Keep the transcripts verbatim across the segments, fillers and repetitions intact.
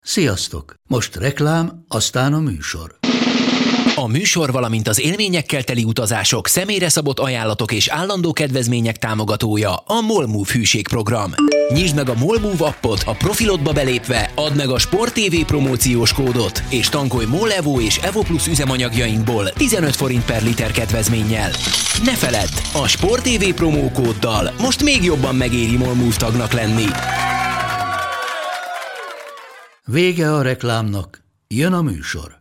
Sziasztok! Most reklám, aztán a műsor. A műsor, valamint az élményekkel teli utazások, személyre szabott ajánlatok és állandó kedvezmények támogatója a MOLMOVE hűségprogram. Nyisd meg a MOLMOVE appot, a profilodba belépve add meg a Sport té vé promóciós kódot, és tankolj MOL Evo és Evo Plus üzemanyagjainkból tizenöt forint per liter kedvezménnyel. Ne feledd, a Sport té vé promókóddal most még jobban megéri MOLMOVE tagnak lenni. Vége a reklámnak, jön a műsor.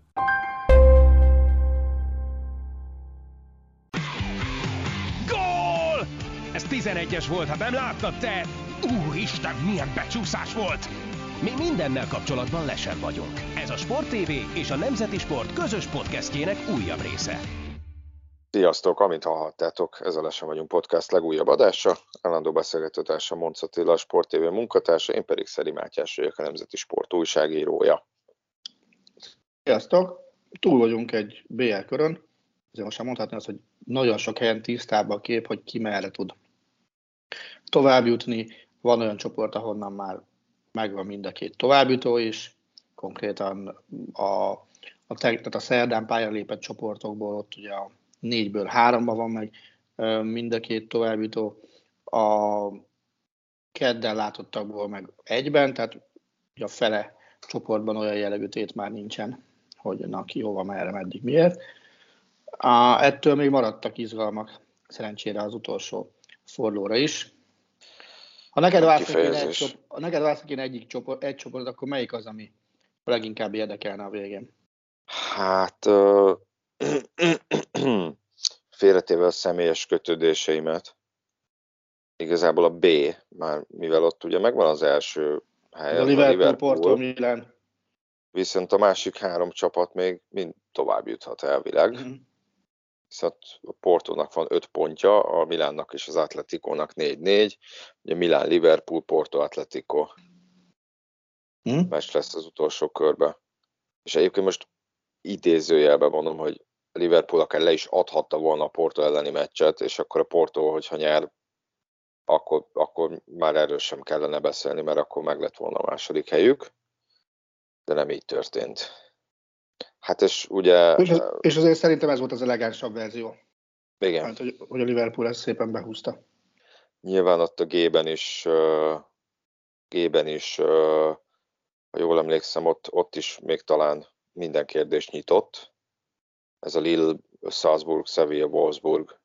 Gól! Ez tizenegyes volt, ha nem láttad te! Úristen, milyen becsúszás volt! Mi mindennel kapcsolatban lesen vagyunk. Ez a Sport té vé és a Nemzeti Sport közös podcastjének újabb része. Sziasztok! Amint hallhattátok, ez a Lesen vagyunk podcast legújabb adása. Állandó beszélgetőtársa Monc Attila, a Sport té vé munkatársa, én pedig Szeri Mátyás vagyok, a Nemzeti Sport újságírója. Sziasztok! Túl vagyunk egy bé el körön, azért most már mondhatni azt, hogy nagyon sok helyen tisztában a kép, hogy ki merre tud tovább jutni. Van olyan csoport, ahonnan már megvan mind a két továbbjutó is, konkrétan a, a, tehát a szerdán pályára lépett csoportokból ott ugye a négyből háromban van meg mind a két továbbjutó, a kedden látottakból meg egyben, tehát ugye a fele csoportban olyan jellegű tét már nincsen, hogy na ki hova, merre, meddig, miért. A, ettől még maradtak izgalmak, szerencsére az utolsó fordulóra is. Ha neked választani kéne egyik csoport, egy csoport, akkor melyik az, ami leginkább érdekelne a végén? Hát uh, félretéve a személyes kötődéseimet, igazából a B, már mivel ott ugye megvan az első hely, a Liverpool, Liverpool, Porto, Milan. Viszont a másik három csapat még mind tovább juthat elvileg. Mm-hmm. Viszont a Portónak van öt pontja, a Milánnak és az Atleticónak négy-négy. Ugye Milán, Liverpool, Porto, Atletico mm. meccs lesz az utolsó körbe. És egyébként most idézőjelben mondom, hogy Liverpool akár le is adhatta volna a Porto elleni meccset, és akkor a Porto, hogyha nyer, akkor, akkor már erről sem kellene beszélni, mert akkor meg lett volna a második helyük. De nem így történt. Hát és ugye... És, az, és azért szerintem ez volt az elegánsabb verzió. Igen. Hát, hogy, hogy a Liverpool ezt szépen behúzta. Nyilván ott a G-ben is, uh, G-ben is, uh, ha jól emlékszem, ott, ott is még talán minden kérdést nyitott. Ez a Lille, Salzburg, Sevilla, Wolfsburg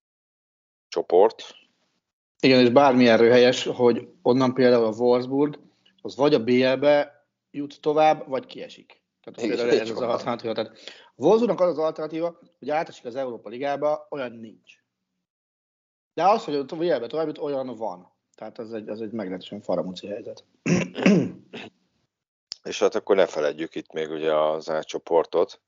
csoport. Igen, és bármilyen röhelyes, hogy onnan például a Wolfsburg, az vagy a bé el-be jut tovább, vagy kiesik. Tehát igen, ez az alternatíva. Tehát a Wolfsburgnak az az alternatíva, hogy átesik az Európa Ligába, olyan nincs. De az, hogy a bé el-be tovább jut, olyan van. Tehát ez egy, ez egy meglehetősen faramúci helyzet. És hát akkor ne feledjük itt még ugye az A csoportot,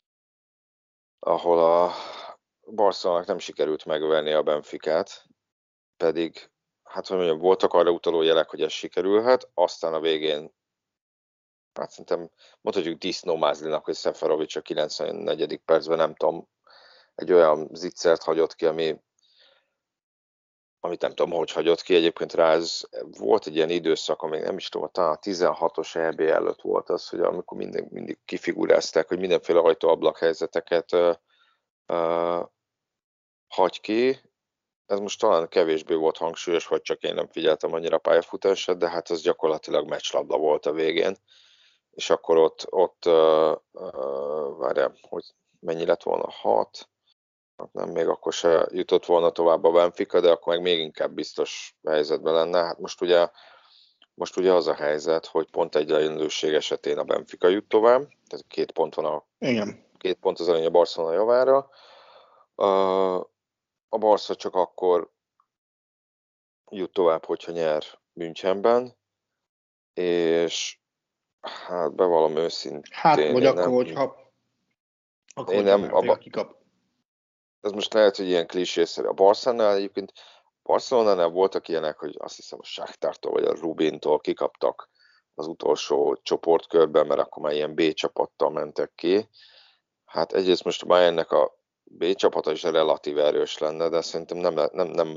ahol a Barcelonának nem sikerült megverni a Benficát, pedig, hát hogy mondjam, voltak arra utaló jelek, hogy ez sikerülhet, aztán a végén, hát szerintem mondhatjuk disznómázlinak, hogy Seferovic a kilencvennegyedik percben, nem tudom, egy olyan zicsert hagyott ki, ami, amit nem tudom, hogy hagyott ki. Egyébként rá ez, volt egy ilyen időszak, amíg nem is tudom, talán a tizenhatos é bé előtt volt az, hogy amikor mindig, mindig kifigurázták, hogy mindenféle ajtóablak helyzeteket uh, uh, hagy ki. Ez most talán kevésbé volt hangsúlyos, vagy csak én nem figyeltem annyira a pályafutását, de hát az gyakorlatilag meccslabda volt a végén. És akkor ott, ott uh, uh, várjál, hogy mennyi lett volna, hat, nem, még akkor se jutott volna tovább a Benfica, de akkor meg még inkább biztos helyzetben lenne. Hát most ugye, most ugye az a helyzet, hogy pont egy egyenlőség esetén a Benfica jut tovább, tehát két pont van a, igen. Két pont az előny a Barcelona javára. Uh, a Barca csak akkor jut tovább, hogyha nyer Münchenben, és hát bevallom őszintén. Hát, vagy akkor, nem, hogyha akkor én nem, abba, kikap. Ez most lehet, hogy ilyen klissészerű. A Barcelonánál egyébként, a Barcelonánál voltak ilyenek, hogy azt hiszem a Shakhtártól vagy a Rubintól kikaptak az utolsó csoportkörben, mert akkor már ilyen B csapattal mentek ki. Hát egyrészt most a Bayernnek a B csapata is relatív erős lenne, de szerintem nem, nem, nem,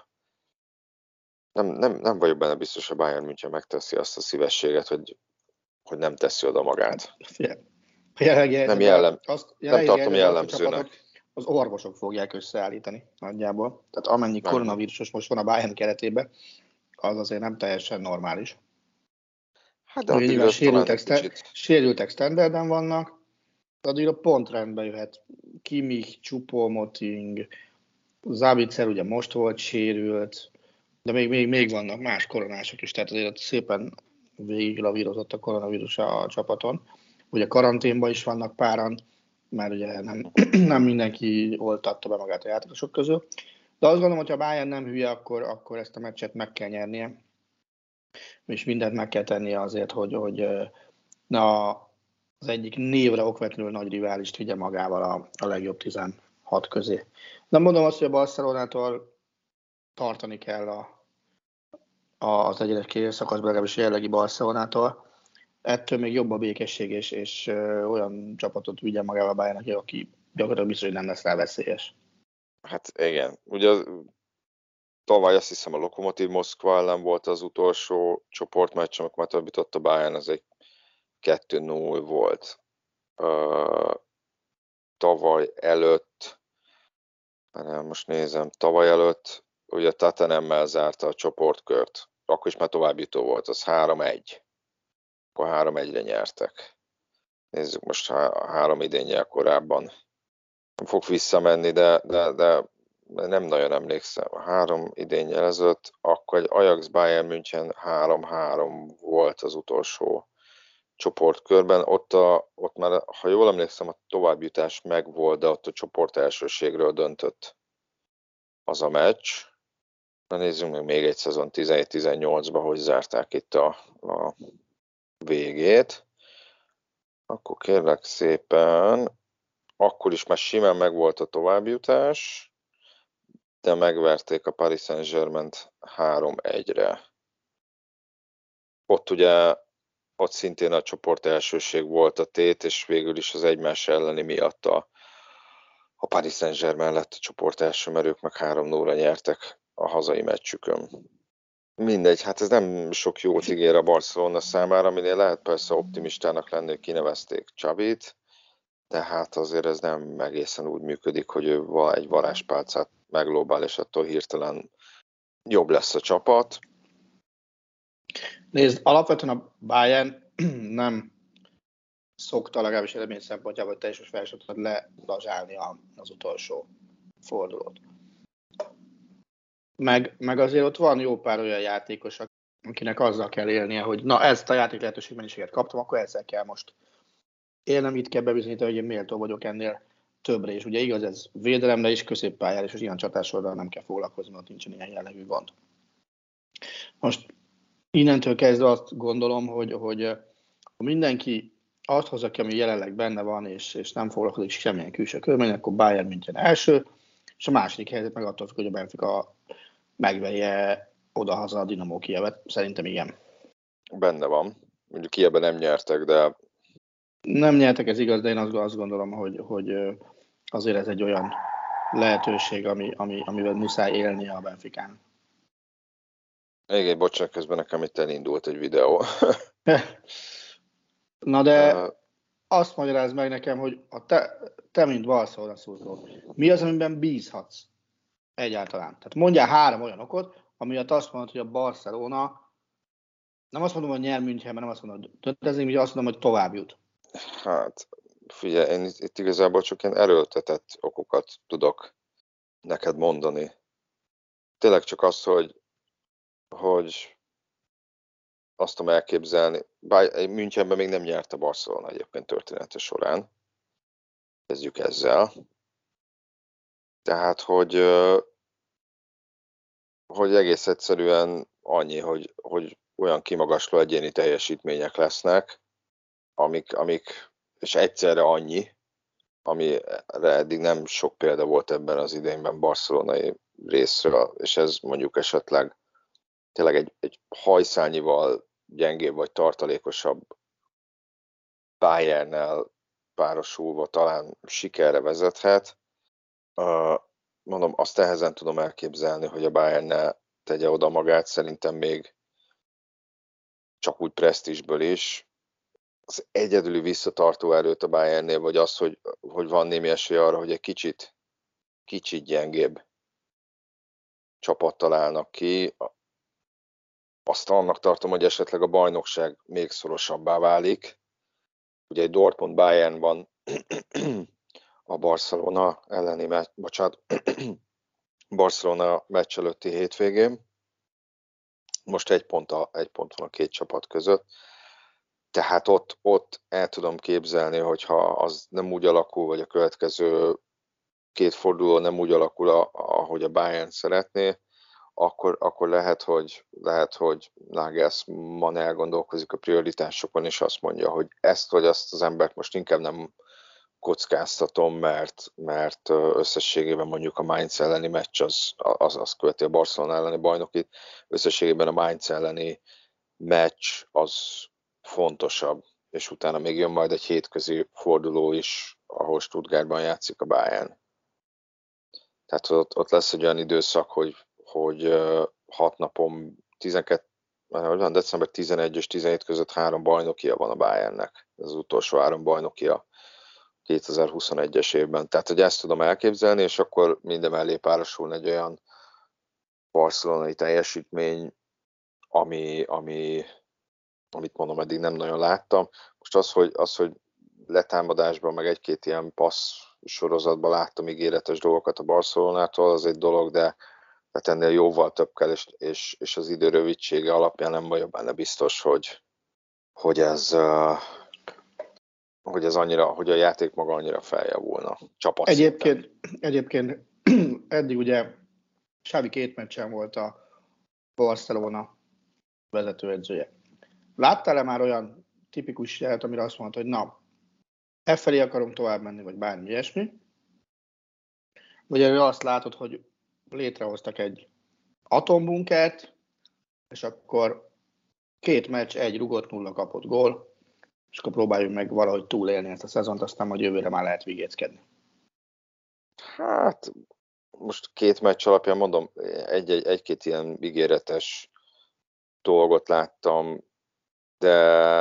nem, nem, nem vagyok benne biztos, hogy Bayern München megteszi azt a szívességet, hogy hogy nem teszi oda magát. Nem, jellem, azt, nem tartom jellemzőnek. Az orvosok fogják összeállítani nagyjából. Tehát amennyi nem. Koronavírusos most van a Bayern keretében, az azért nem teljesen normális. Hát de addigra sérültek, st- sérültek standarden vannak, addigra pont rendbe jöhet. Kimmich, Choupo-Moting, Sabitzer ugye most volt sérült, de még, még, még vannak más koronások is, tehát azért szépen végiglavírozott a koronavírus a csapaton. Ugye karanténban is vannak páran, mert ugye nem, nem mindenki oltatta be magát a játékosok közül. De azt gondolom, hogy ha Bayern nem hülye, akkor, akkor ezt a meccset meg kell nyernie. És mindent meg kell tennie azért, hogy, hogy na, az egyik névre okvetlenül nagy riválist vigye magával a, a legjobb tizenhat közé. Nem mondom azt, hogy a Barcelonától tartani kell a, a, az egyenes készszakaszban, legalábbis a jellegi Barcelonától. Ettől még jobb a békesség, és, és ö, olyan csapatot vigye magával Bayernnek, aki gyakorlatilag biztos, hogy nem lesz rá veszélyes. Hát igen, ugye az, tavaly azt hiszem a Lokomotív Moszkva ellen volt az utolsó csoportmeccs, amikor már többított a Bayern, az egy kettő null volt. Uh, tavaly előtt, nem, most nézem, tavaly előtt ugye Tottenhammel zárta a csoportkört, akkor is már továbbjutó volt, az három egy. Akkor három egyre nyertek. Nézzük most a három idényel korábban. Nem fog visszamenni, de, de, de nem nagyon emlékszem. Három idényel ezelőtt, akkor egy Ajax Bayern München három három volt az utolsó csoportkörben. Ott, a, ott már, ha jól emlékszem, a továbbjutás megvolt, de ott a csoport elsőségről döntött az a meccs. Na nézzünk meg még egy szezon tizenhét tizennyolcban, hogy zárták itt a, a végét. Akkor kérlek szépen, akkor is már simán megvolt a továbbjutás, de megverték a Paris Saint-Germaint három egyre. Ott ugye, ott szintén a csoport elsőség volt a tét, és végül is az egymás elleni miatt a, a Paris Saint-Germain lett a csoport első, mert ők meg három nullra nyertek a hazai meccsükön. Mindegy, hát ez nem sok jót ígér a Barcelona számára, aminél lehet persze optimistának lenni, hogy kinevezték Xabit, de hát azért ez nem egészen úgy működik, hogy ő egy varázspálcát meglóbál, és attól hirtelen jobb lesz a csapat. Nézd, alapvetően a Bayern nem szokta legalábbis eredmény szempontjából, hogy teljes felsőt lelazsálni az utolsó fordulót. Meg, meg azért ott van jó pár olyan játékos, akinek azzal kell élnie, hogy na ezt a játék lehetőség mennyiséget kaptam, akkor ezzel kell most élnem, itt kell bebizonyítani, hogy én méltó vagyok ennél többre, és ugye igaz, ez védelemre is, középpályára is, és ilyen csatássorral nem kell foglalkozni, mert nincsen ilyen jellegű gond. Most innentől kezdve azt gondolom, hogy, hogy ha mindenki azt hozza ki, ami jelenleg benne van, és, és nem foglalkozik semmilyen külső körülmény, akkor Bayern München első, és a második helyzet meg attól függ, hogy a Benfica megverje odahaza a Dinamo Kijevet. Szerintem igen. Benne van. Mondjuk Kijevben nem nyertek, de... Nem nyertek, ez igaz, de én azt, azt gondolom, hogy, hogy azért ez egy olyan lehetőség, ami, ami, amivel muszáj élnie a Benficán. Igen, bocsánat, közben nekem itt elindult egy videó. Na de uh, azt magyarázd meg nekem, hogy a te, te mint Barcelona szurkoló, mi az, amiben bízhatsz egyáltalán? Tehát mondjál három olyan okot, amiatt azt mondod, hogy a Barcelona, nem azt mondom, hogy nyer Münchenben, nem azt mondom, hogy döntezni, hogy azt mondom, hogy tovább jut. Hát, figyelj, én itt igazából csak ilyen erőltetett okokat tudok neked mondani. Tényleg csak az, hogy, hogy azt tudom elképzelni, bár Münchenben még nem nyert a Barcelona egyébként története során. Kezdjük ezzel. Tehát, hogy, hogy egész egyszerűen annyi, hogy, hogy olyan kimagasló egyéni teljesítmények lesznek, amik, amik, és egyszerre annyi, amire eddig nem sok példa volt ebben az idényben barcelonai részről, és ez mondjuk esetleg tényleg egy, egy hajszányival gyengébb vagy tartalékosabb Bayernnel párosulva talán sikerre vezethet. Mondom, azt nehezen tudom elképzelni, hogy a Bayern ne tegye oda magát, szerintem még csak úgy presztízsből is. az egyedüli visszatartó erőt a Bayernnél, vagy az, hogy, hogy van némi esély arra, hogy egy kicsit, kicsit gyengébb csapat találnak ki. Azt annak tartom, hogy esetleg a bajnokság még szorosabbá válik. Ugye egy Dortmund-Bayern van a Barcelona elleni meccs, bocsánat, Barcelona meccs előtti hétvégén. Most egy pont, a, egy pont van a két csapat között. Tehát ott, ott el tudom képzelni, hogyha az nem úgy alakul, vagy a következő két forduló nem úgy alakul, ahogy a Bayern szeretné, akkor, akkor lehet, hogy, lehet, hogy Nagelsmann elgondolkozik a prioritásokon, és azt mondja, hogy ezt vagy azt az embert most inkább nem kockáztatom, mert, mert összességében mondjuk a Mainz elleni meccs az, az, az követi a Barcelona elleni bajnokit, összességében a Mainz elleni meccs az fontosabb, és utána még jön majd egy hétközi forduló is, ahol Stuttgartban játszik a Bayern. Tehát ott, ott lesz egy olyan időszak, hogy, hogy hat napon, tizenkét, december tizenegy és tizenhét között három bajnokia van a Bayernnek. Ez az utolsó három bajnokia kétezer-huszonegyes évben. Tehát, hogy ezt tudom elképzelni, és akkor minden mellé párosulna egy olyan barcelonai teljesítmény, ami, ami, amit mondom, eddig nem nagyon láttam. Most az, hogy, az, hogy letámadásban, meg egy-két ilyen passz sorozatban láttam ígéretes dolgokat a Barcelonától, az egy dolog, de hát ennél jóval több kell, és, és, és az idő rövidsége alapján nem vagyok benne biztos, hogy, hogy ez... Uh, hogy ez annyira, hogy a játék maga annyira feljavulna. Csapat Egyébként, egyébként eddig ugye Xavi két meccsen volt a Barcelona vezetőedzője. Láttál-e már olyan tipikus jelet, amire azt mondta, hogy na, e felé akarunk tovább menni, vagy bármi ilyesmi? Vagy erről azt látod, hogy létrehoztak egy atombunkert, és akkor két meccs, egy rugott, nulla kapott gól, és akkor próbáljuk meg valahogy túlélni ezt a szezont, aztán majd jövőre már lehet vigéckedni. Hát, most két meccs alapján mondom, egy-egy, egy-két ilyen ígéretes dolgot láttam, de,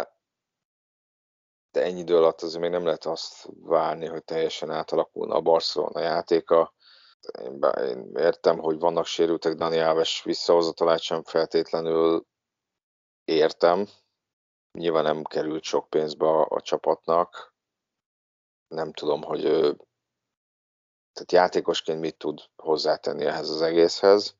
de ennyi idő alatt azért még nem lehet azt várni, hogy teljesen átalakulna a Barcelona játéka. Én, én értem, hogy vannak sérültek, Dani Alves visszahozatalát sem feltétlenül értem. Nyilván nem került sok pénzbe a, a csapatnak. Nem tudom, hogy ő tehát játékosként mit tud hozzátenni ehhez az egészhez.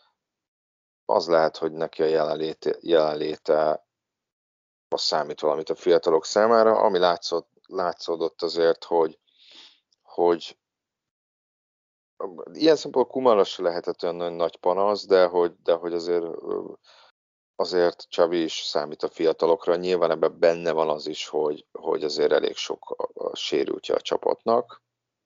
Az lehet, hogy neki a jelenléte, jelenléte az számít valamit a fiatalok számára, ami látszott, látszódott azért, hogy, hogy ilyen szempontból Kumanra se lehetett olyan nagyon nagy panasz, de hogy, de hogy azért, azért Xavi is számít a fiatalokra. Nyilván ebben benne van az is, hogy, hogy azért elég sok a sérültje a csapatnak,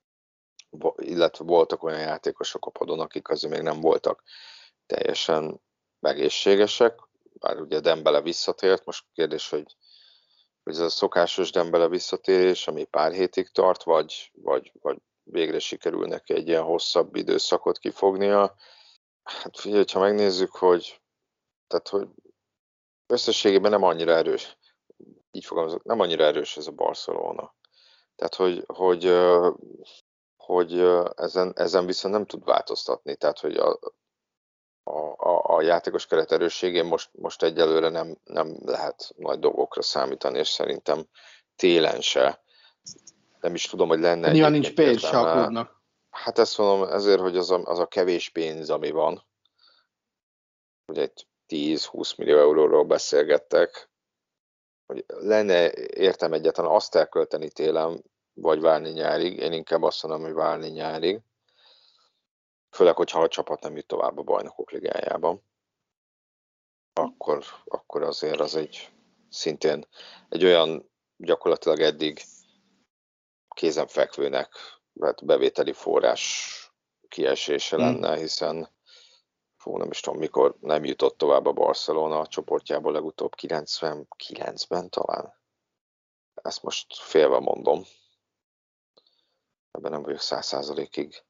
illetve voltak olyan játékosok a padon, akik azért még nem voltak teljesen egészségesek, bár ugye Dembele visszatért, most kérdés, hogy, hogy ez a szokásos Dembele visszatérés, ami pár hétig tart, vagy, vagy, vagy végre sikerül neki egy ilyen hosszabb időszakot kifognia. Hát figyelj, ha megnézzük, hogy, tehát, hogy összességében nem annyira erős, így fogalmazok, nem annyira erős ez a Barcelona. Tehát, hogy, hogy, hogy ezen, ezen viszont nem tud változtatni, tehát, hogy a, a, a, a játékos keret erősségén most, most egyelőre nem, nem lehet nagy dolgokra számítani, és szerintem télen se. Nem is tudom, hogy lenne egy. Nyilván nincs pénz se a klubnak. Hát ezt mondom ezért, hogy az a, az a kevés pénz, ami van, hogy egy tíz-húsz millió euróról beszélgettek, hogy lenne értem egyáltalán azt elkölteni télen, vagy várni nyárig. Én inkább azt mondom, hogy várni nyárig. Főleg, hogyha a csapat nem jut tovább a Bajnokok Ligájában. Akkor, akkor azért az egy szintén egy olyan gyakorlatilag eddig kézenfekvőnek hát bevételi forrás kiesése hmm. lenne, hiszen fú, nem is tudom mikor nem jutott tovább a Barcelona a csoportjából legutóbb kilencvenkilencben talán. Ezt most félve mondom. Ebben nem vagyok száz százalékig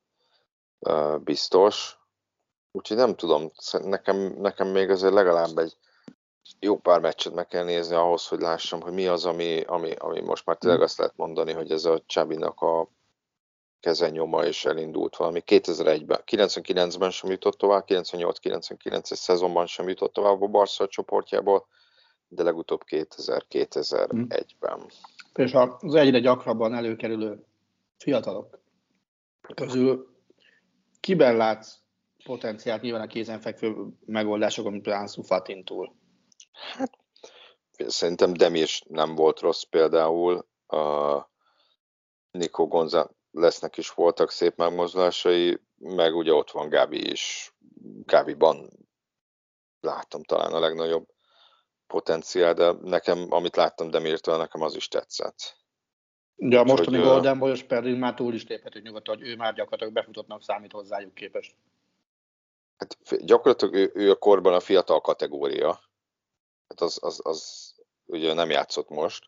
biztos. Úgyhogy nem tudom, nekem, nekem még azért legalább egy jó pár meccset meg kell nézni ahhoz, hogy lássam, hogy mi az, ami, ami, ami most már tényleg azt lehet mondani, hogy ez a Xabinak a kezenyoma és elindult valami. kétezer-egyben, kilencvenkilencben sem jutott tovább, kilencvennyolc kilencvenkilences szezonban sem jutott tovább a Barca csoportjából, de legutóbb kétezer-kétezer-egyben. És az egyre gyakrabban előkerülő fiatalok közül kiben látsz potenciált, nyilván a kézenfekvő megoldások, mint például Ansu Fatin túl? Hát, szerintem Demir nem volt rossz például, uh, Nico Gonzáleznek is voltak szép megmozdulásai, meg ugye ott van Gavi is. Gaviban láttam talán a legnagyobb potenciál, de nekem, amit láttam Demirtől, nekem az is tetszett. Ugye a mostani hogy, Golden Boy-os Perrin már túl is léphető nyugodtan, hogy ő már gyakorlatilag befutottnak számít hozzájuk képest. Hát gyakorlatilag ő, ő a korban a fiatal kategória. Hát az, az, az ugye nem játszott most,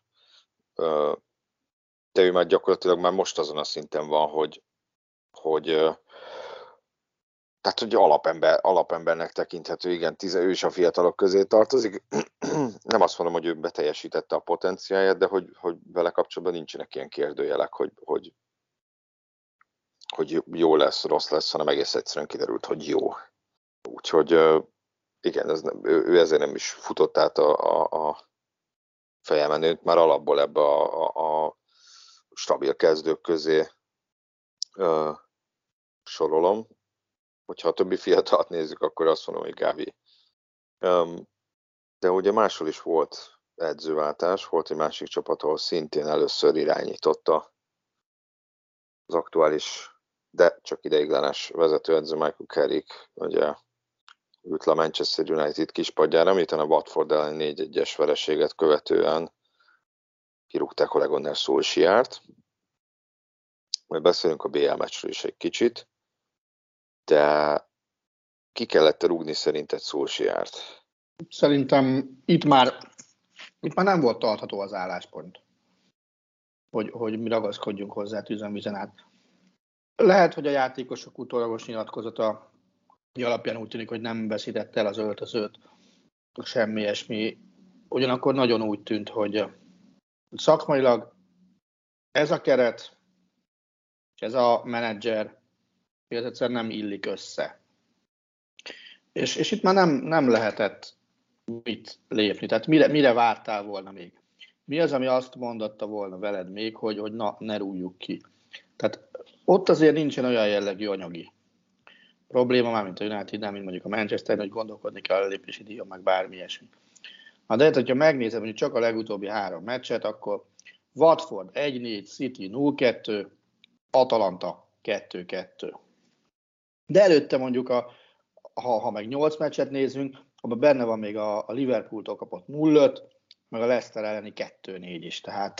de ő már gyakorlatilag már most azon a szinten van, hogy, hogy tehát, hogy alapember, alapembernek tekinthető, igen, tize, ő is a fiatalok közé tartozik. Nem azt mondom, hogy ő beteljesítette a potenciáját, de hogy, hogy vele kapcsolatban nincsenek ilyen kérdőjelek, hogy, hogy, hogy jó lesz, rossz lesz, hanem egész egyszerűen kiderült, hogy jó. Úgyhogy igen, ez nem, ő, ő ezért nem is futott át a, a, a fejemenőt, már alapból ebbe a, a, a stabil kezdők közé ö, sorolom. Hogyha a többi fiatalt nézzük, akkor azt mondom, hogy Gavi. Um, de ugye máshol is volt edzőváltás, volt egy másik csapat, ahol szintén először irányította az aktuális, de csak ideiglenes vezetőedző Michael Carrick, ugye ült le a Manchester United kispadjára, miután a Watford ellen négy egyes vereséget követően kirúgták Ole Gunnar Solskjaert. Majd beszélünk a bé el meccsről is egy kicsit, de ki kellett rúgni szerinted Solskjaert? Szerintem itt már, itt már nem volt tartható az álláspont, hogy, hogy mi ragaszkodjunk hozzá tűzön-vizen át. Lehet, hogy a játékosok utólagos nyilatkozata alapján úgy tűnik, hogy nem veszítette el az öltözőt, semmi ilyesmi. Ugyanakkor nagyon úgy tűnt, hogy szakmailag ez a keret és ez a menedzser ez egyszerűen nem illik össze. És, és itt már nem, nem lehetett mit lépni. Tehát mire, mire vártál volna még? Mi az, ami azt mondotta volna veled még, hogy, hogy na, ne rúgjuk ki? Tehát ott azért nincsen olyan jellegű anyagi probléma, már mint a United-nál, mint mondjuk a Manchester, hogy gondolkodni kell a lépési díjon, meg bármi ilyesmi. Na de hogyha megnézem, hogy csak a legutóbbi három meccset, akkor Watford egy négy, City nulla kettő, Atalanta kettő kettő. De előtte mondjuk, a, ha, ha meg nyolc meccset nézünk, abban benne van még a, a Liverpooltól kapott nulla öt, meg a Leicester elleni kettő négy is. Tehát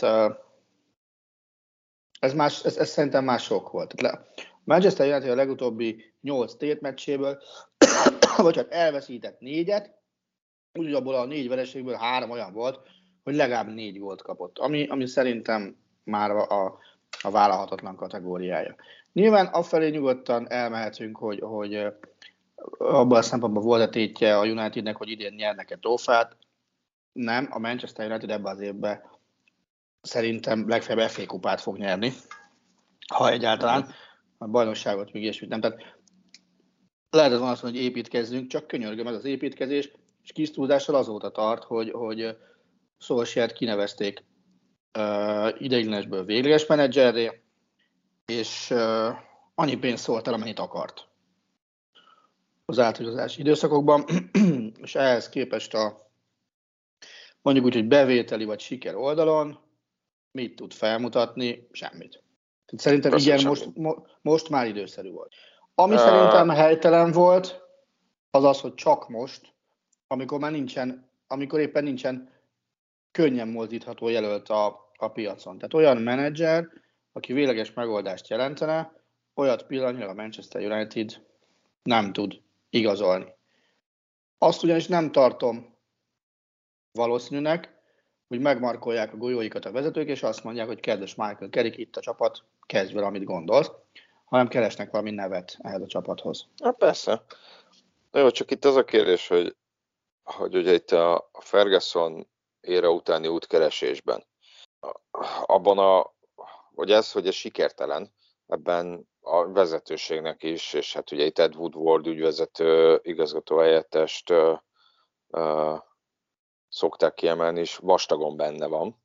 ez, más, ez, ez szerintem már sok volt. Tehát a Manchester United a legutóbbi nyolc tétmeccséből, vagy hát elveszített négyet, úgyhogy abból a négy vereségből három olyan volt, hogy legalább négy gólt kapott, ami, ami szerintem már a, a, a vállalhatatlan kategóriája. Nyilván afelé nyugodtan elmehetünk, hogy, hogy abban a szempontból volt a tétje a Unitednek, hogy idén nyernek-e trófát. Nem, a Manchester United ebben az évben szerintem legfeljebb ef á kupát fog nyerni, ha egyáltalán. A bajnokságot még ilyesmit nem. Tehát lehet az van azt mondani, hogy építkezzünk, csak könyörgöm, ez az építkezés, és kis túlzással azóta tart, hogy, hogy Solskjaert kinevezték uh, ideiglenesből végleges menedzserré, és uh, annyi pénzt szólt el, amennyit akart az átigazolási időszakokban, és ehhez képest a mondjuk úgy, hogy bevételi vagy siker oldalon mit tud felmutatni? Semmit. Szerintem Persze, igen, semmi. most, mo, most már időszerű volt. Ami Uh... szerintem helytelen volt, az az, hogy csak most, amikor már nincsen, amikor éppen nincsen könnyen mozdítható jelölt a, a piacon. Tehát olyan menedzser, aki végleges megoldást jelentene, olyat pillanatnyilag a Manchester United nem tud igazolni. Azt ugyanis nem tartom valószínűnek, hogy megmarkolják a golyóikat a vezetők, és azt mondják, hogy kedves Michael Carrick, itt a csapat, kezdj vele, amit gondolsz, hanem keresnek valami nevet ehhez a csapathoz. Na persze. Na jó, csak itt az a kérdés, hogy hogy ugye itt a Ferguson éra utáni útkeresésben, abban a, hogy ez, hogy ez sikertelen, ebben a vezetőségnek is, és hát ugye itt Ed Woodward ügyvezető igazgató helyettest uh, uh, szokták kiemelni, és vastagon benne van.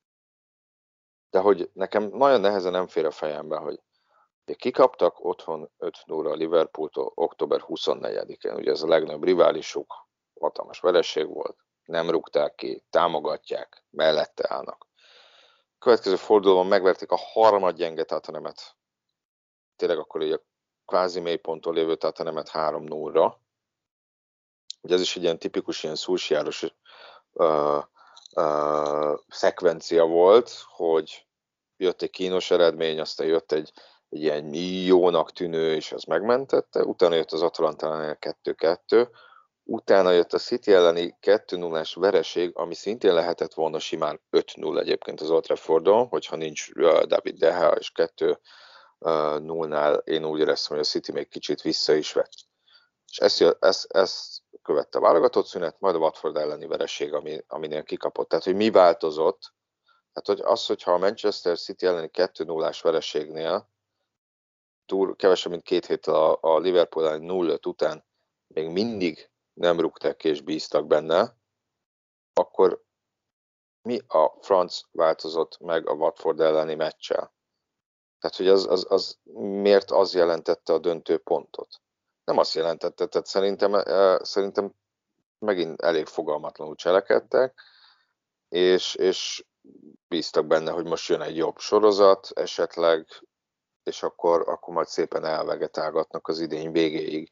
De hogy nekem nagyon nehezen nem fér a fejembe, hogy kikaptak otthon öt nulla a Liverpooltól október huszonnegyedikén, ugye ez a legnagyobb riválisuk, hatalmas vereség volt, nem rúgták ki, támogatják, mellette állnak. A következő fordulóban megverték a harmadgyenge Tottenhamet, tényleg akkor így a kvázi mélyponton lévő Tottenhamet három nulla. Ugye ez is egy ilyen tipikus, ilyen Solskjaeros uh, uh, szekvencia volt, hogy jött egy kínos eredmény, aztán jött egy, egy ilyen jónak tűnő, és az megmentette, utána jött az Atalantánál kettő kettő, utána jött a City elleni kettő nullás vereség, ami szintén lehetett volna simán öt nulla egyébként az Old Traffordon, hogyha nincs uh, David De Gea, és kettő nullnál én úgy éreztem, hogy a City még kicsit vissza is vett. És ezt, ezt, ezt követte a válogatott szünet, majd a Watford elleni vereség, ami, aminél kikapott. Tehát, hogy mi változott? Hát, hogy az, hogyha a Manchester City elleni kettő nullás vereségnél túl kevesebb, mint két héttel a, a Liverpool elleni nulla öt után még mindig nem rúgták és bíztak benne, akkor mi a franc változott meg a Watford elleni meccsel? Tehát, hogy az, az, az miért az jelentette a döntő pontot? Nem azt jelentette, tehát szerintem, szerintem megint elég fogalmatlanul cselekedtek, és, és bíztak benne, hogy most jön egy jobb sorozat esetleg, és akkor, akkor majd szépen elvegetálgatnak az idény végéig.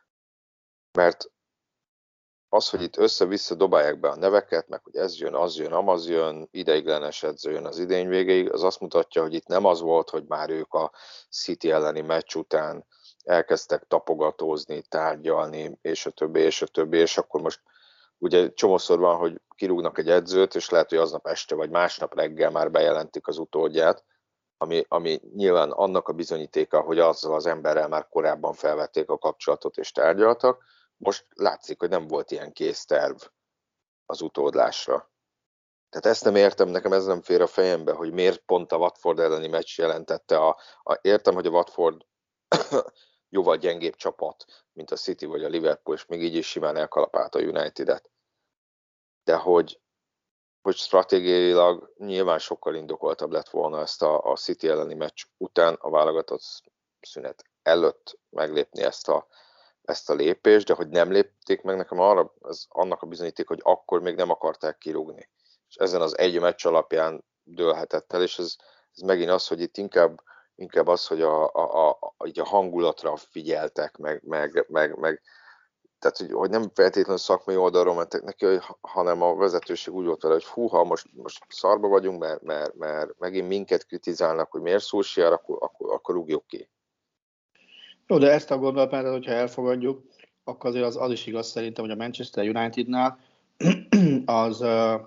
Mert az, hogy itt össze-vissza dobálják be a neveket, meg hogy ez jön, az jön, amaz jön, ideiglenes edző jön az idény végéig, az azt mutatja, hogy itt nem az volt, hogy már ők a City elleni meccs után elkezdtek tapogatózni, tárgyalni, és a többi, és a többi, és akkor most ugye csomószor van, hogy kirúgnak egy edzőt, és lehet, hogy aznap este vagy másnap reggel már bejelentik az utódját, ami, ami nyilván annak a bizonyítéka, hogy azzal az emberrel már korábban felvették a kapcsolatot és tárgyaltak. Most látszik, hogy nem volt ilyen kész terv az utódlásra. Tehát ezt nem értem, nekem ez nem fér a fejembe, hogy miért pont a Watford elleni meccs jelentette. A, a, értem, hogy a Watford jóval gyengébb csapat, mint a City vagy a Liverpool, és még így is simán elkalapálta a United-et. De hogy, hogy stratégiailag nyilván sokkal indokoltabb lett volna ezt a, a City elleni meccs után a válogatott szünet előtt meglépni ezt a ezt a lépést, de hogy nem lépték meg, nekem arra, ez annak a bizonyíték, hogy akkor még nem akarták kirúgni. És ezen az egy meccs alapján dőlhetett el, és ez, ez megint az, hogy itt inkább, inkább az, hogy a, a, a, a hangulatra figyeltek, meg, meg, meg, meg tehát, hogy, hogy nem feltétlenül szakmai oldalról mentek neki, hogy, hanem a vezetőség úgy volt vele, hogy fú, ha most, most szarba vagyunk, mert, mert, mert megint minket kritizálnak, hogy miért Solskjaer, akkor, akkor, akkor rúgjuk ki. Jó, de ezt a gondolatmenetet, hogyha elfogadjuk, akkor azért az, az is igaz szerintem, hogy a Manchester Unitednál az uh,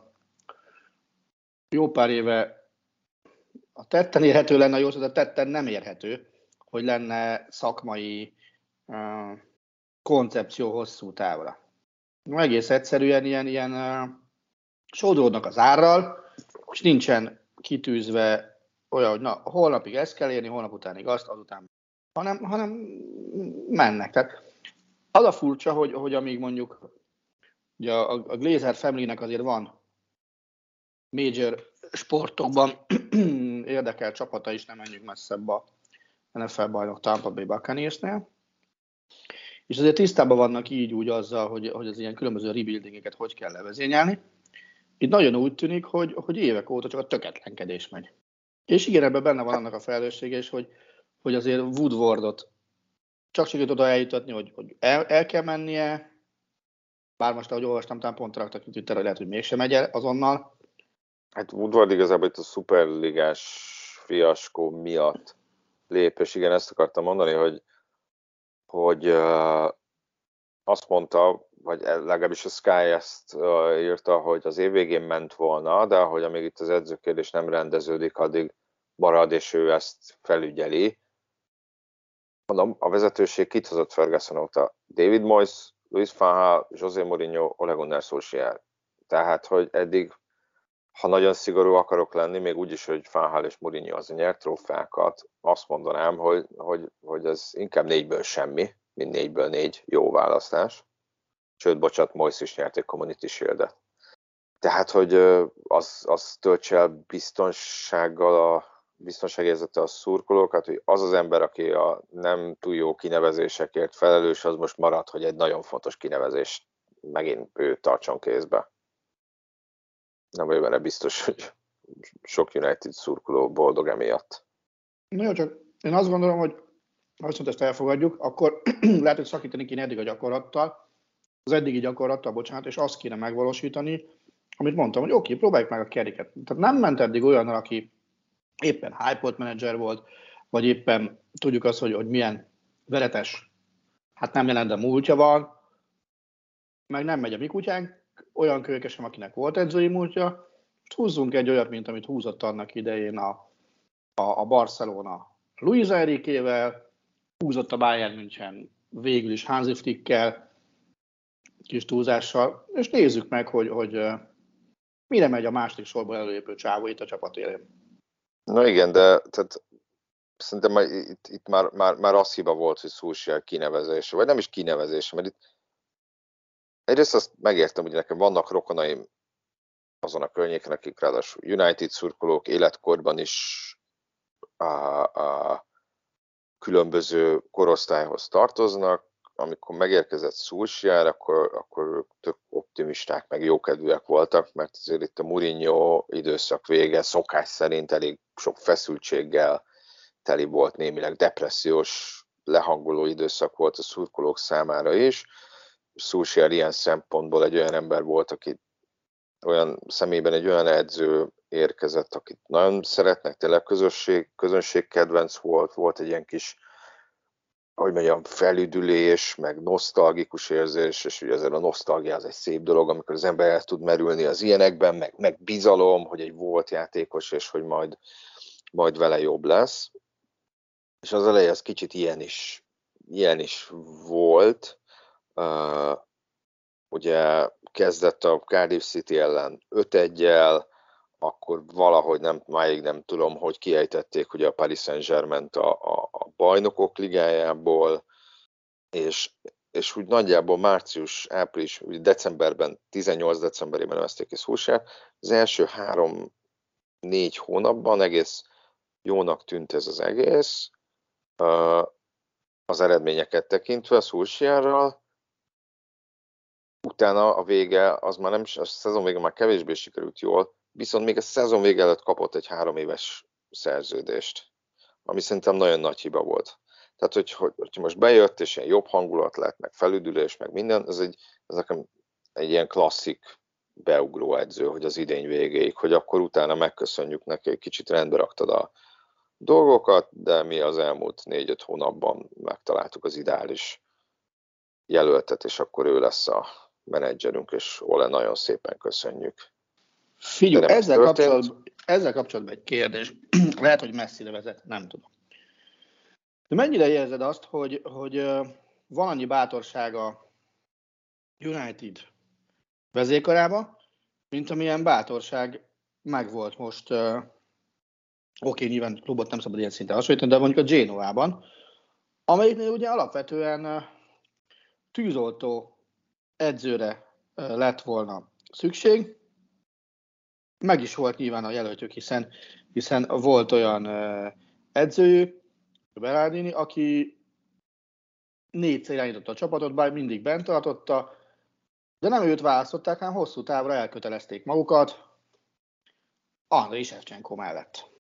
jó pár éve a tetten érhető lenne, jó, de a tetten nem érhető, hogy lenne szakmai uh, koncepció hosszú távra. Egész egyszerűen ilyen, ilyen uh, sodródnak az árral, és nincsen kitűzve olyan, hogy na, holnapig ezt kell érni, holnap utánig azt, azután Hanem, hanem mennek. Tehát az a furcsa, hogy, hogy amíg mondjuk ugye a, a Glazer Family-nek azért van major sportokban érdekelt csapata is, nem menjünk messzebb a en ef el bajnok Tampa Bay Buccaneersnél. És azért tisztában vannak így úgy azzal, hogy, hogy az ilyen különböző rebuildingeket hogy kell levezényelni. Itt nagyon úgy tűnik, hogy, hogy évek óta csak a töketlenkedés megy. És igen, ebben benne van annak a felelőssége is, hogy hogy azért Woodwardot csak sikerült oda eljutatni, hogy, hogy el, el kell mennie, bár most, ahogy olvastam, talán pont raktak ki Twitterre, lehet, hogy mégsem megy el azonnal. Hát Woodward igazából itt a szuperligás fiaskó miatt lép, és igen, ezt akartam mondani, hogy, hogy uh, azt mondta, vagy legalábbis a Sky ezt uh, írta, hogy az év végén ment volna, de hogy amíg itt az edzőkérdés nem rendeződik, addig marad, és ő ezt felügyeli. Mondom, a vezetőség kit hozott Ferguson óta? David Moyes Luis van Gaal, José Mourinho, Ole Gunnar Solskjaer. Tehát, hogy eddig, ha nagyon szigorú akarok lenni, még úgyis, hogy Van Gaal és Mourinho az nyert trófeákat, azt mondanám, hogy, hogy, hogy ez inkább négyből semmi, mint négyből négy jó választás. Sőt, bocsánat, Moyes is nyert egy Community Shield-et. Tehát, hogy az, az töltse el biztonsággal a biztonságérzete a szurkolókat, hogy az az ember, aki a nem túl jó kinevezésekért felelős, az most marad, hogy egy nagyon fontos kinevezést megint ő tartson kézbe. Nem vagyok benne biztos, hogy sok United szurkoló boldog emiatt. Na jó, csak én azt gondolom, hogy ha viszont ezt elfogadjuk, akkor lehet, hogy szakítani kéne eddig a gyakorlattal, az eddigi gyakorlattal, bocsánat, és azt kéne megvalósítani, amit mondtam, hogy oké, próbáljuk meg a Kerryket. Tehát nem ment eddig olyannal, aki éppen hype menedzser volt, vagy éppen tudjuk azt, hogy, hogy milyen veretes, hát nem jelent, de múltja van, meg nem megy a mi kutyánk, olyan kölykesem, akinek volt edzői múltja, húzzunk egy olyat, mint amit húzott annak idején a, a, a Barcelona Luis Enriquével, húzott a Bayern München végül is Hansi Flickkel, kis túlzással, és nézzük meg, hogy, hogy mire megy a második sorból előépő csávó itt a csapat élén. Na igen, de tehát, szerintem már, itt, itt már, már, már az hiba volt, hogy Solskjaer kinevezése, vagy nem is kinevezése, mert itt egyrészt azt megértem, hogy nekem vannak rokonaim azon a környéken, akik ráadásul United szurkolók életkorban is a, a különböző korosztályhoz tartoznak. Amikor megérkezett Solskjaer, akkor, akkor ők tök optimisták, meg jókedvűek voltak, mert azért itt a Mourinho időszak vége szokás szerint elég sok feszültséggel teli volt, némileg depressziós, lehangoló időszak volt a szurkolók számára is. Solskjaer ilyen szempontból egy olyan ember volt, aki olyan személyben egy olyan edző érkezett, akit nagyon szeretnek, tényleg közösség, közönségkedvenc volt, volt egy ilyen kis, hogy mondjam, felüdülés, meg nosztalgikus érzés, és ugye ezzel a nosztalgia az egy szép dolog, amikor az ember el tud merülni az ilyenekben, meg, meg bizalom, hogy egy volt játékos, és hogy majd, majd vele jobb lesz. És az elején az kicsit ilyen is, ilyen is volt. Uh, ugye kezdett a Cardiff City ellen öt egyel, akkor valahogy nem, máig nem tudom, hogy kiejtették ugye a Paris Saint-Germaint a, a, a bajnokok ligájából, és, és úgy nagyjából március, április, ugye decemberben, tizennyolc decemberében nevezték ki Solskjaert, az első három-négy hónapban egész jónak tűnt ez az egész, az eredményeket tekintve Solskjaerrel. Utána a vége, az már nem, a szezon vége már kevésbé sikerült jól, viszont még a szezon vége előtt kapott egy három éves szerződést, ami szerintem nagyon nagy hiba volt. Tehát, hogy, hogy, hogyha most bejött, és ilyen jobb hangulat lett, meg felüdülés, meg minden, ez, egy, ez nekem egy ilyen klasszik beugró edző, hogy az idény végéig, hogy akkor utána megköszönjük neki, egy kicsit rendbe raktad a dolgokat, de mi az elmúlt négy-öt hónapban megtaláltuk az ideális jelöltet, és akkor ő lesz a menedzserünk, és Ole, nagyon szépen köszönjük. Figyelj, ezzel kapcsolatban, ezzel kapcsolatban egy kérdés. Lehet, hogy messzire vezet, nem tudom. De mennyire érzed azt, hogy, hogy van annyi bátorság a United vezérkarába, mint amilyen bátorság megvolt most, uh, oké, okay, nyilván klubot nem szabad ilyen szinten hasonlítani, de mondjuk a Genoában, amelyiknél ugye alapvetően uh, tűzoltó edzőre uh, lett volna szükség. Meg is volt nyilván a jelöltük, hiszen, hiszen volt olyan uh, edzőjük, Berardini, aki négyszer irányította a csapatot, bár mindig bent tartotta, de nem őt választották, hanem hosszú távra elkötelezték magukat Andrei Shevchenko mellett.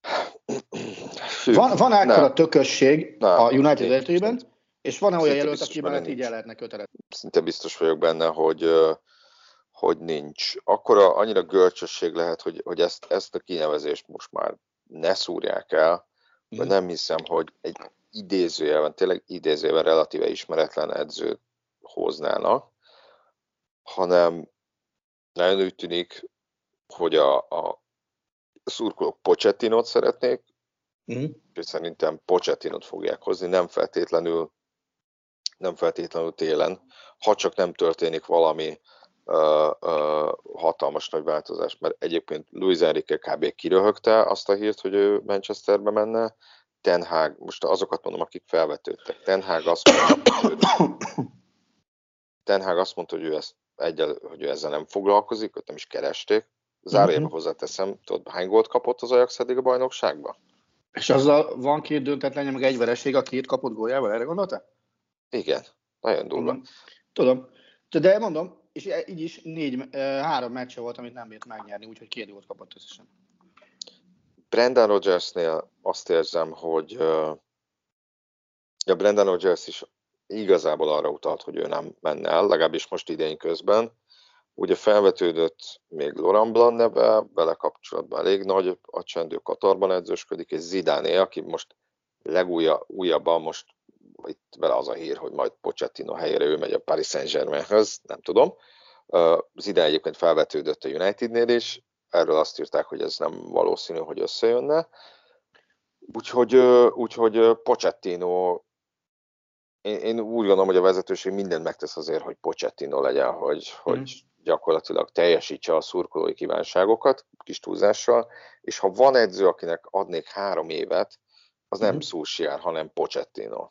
Van, van ekkora tökösség nem, a United vezetőjében, és van-e olyan jelölt, aki mellett így el lehetne kötelezni? Szinte biztos vagyok benne, hogy, hogy nincs. Akkora, annyira görcsösség lehet, hogy, hogy ezt, ezt a kinevezést most már ne szúrják el, de nem hiszem, hogy egy idézőjelben, tényleg idézőjelben relatíve ismeretlen edzőt hoznának, hanem nagyon úgy tűnik, hogy a, a szurkolók Pochettinót szeretnék, mm. és szerintem Pochettinót fogják hozni, nem feltétlenül nem feltétlenül télen, ha csak nem történik valami uh, uh, hatalmas nagy változás, mert egyébként Luis Enrique kb. Kiröhögte azt a hírt, hogy ő Manchesterbe menne, Ten Hag, most azokat mondom, akik felvetődtek, Ten Hag azt mondta, hogy ő, Ten Hag azt mondta, hogy ő, ezt egyel, hogy ő ezzel nem foglalkozik, őt nem is keresték. Zárójelbe uh-huh. hozzáteszem, tudod, hány gólt kapott az Ajax eddig a bajnokságban? És azzal van két döntetlenje, meg egy vereség a két kapott góljával, erre gondoltál? Igen, nagyon durva. Tudom. Tudom. De mondom, és így is négy, három meccse volt, amit nem bírt megnyerni, úgyhogy két gólt kapott összesen. Brendan Rodgersnél azt érzem, hogy uh, a Brendan Rodgers is igazából arra utalt, hogy ő nem menne el, legalábbis most idén közben. Ugye felvetődött még Laurent Blanc neve, vele kapcsolatban elég nagy a csendő, Katarban edzősködik, és Zidane, aki most legújabban most itt vele az a hír, hogy majd Pochettino helyére ő megy a Paris Saint-Germainhez, nem tudom. Zidane egyébként felvetődött a Unitednél is, erről azt írták, hogy ez nem valószínű, hogy összejönne. Úgyhogy, úgyhogy Pochettino, én, én úgy gondolom, hogy a vezetőség mindent megtesz azért, hogy Pochettino legyen, hogy, mm. hogy gyakorlatilag teljesítse a szurkolói kívánságokat, kis túlzással, és ha van edző, akinek adnék három évet, az nem mm. Solskjaer, hanem Pochettino.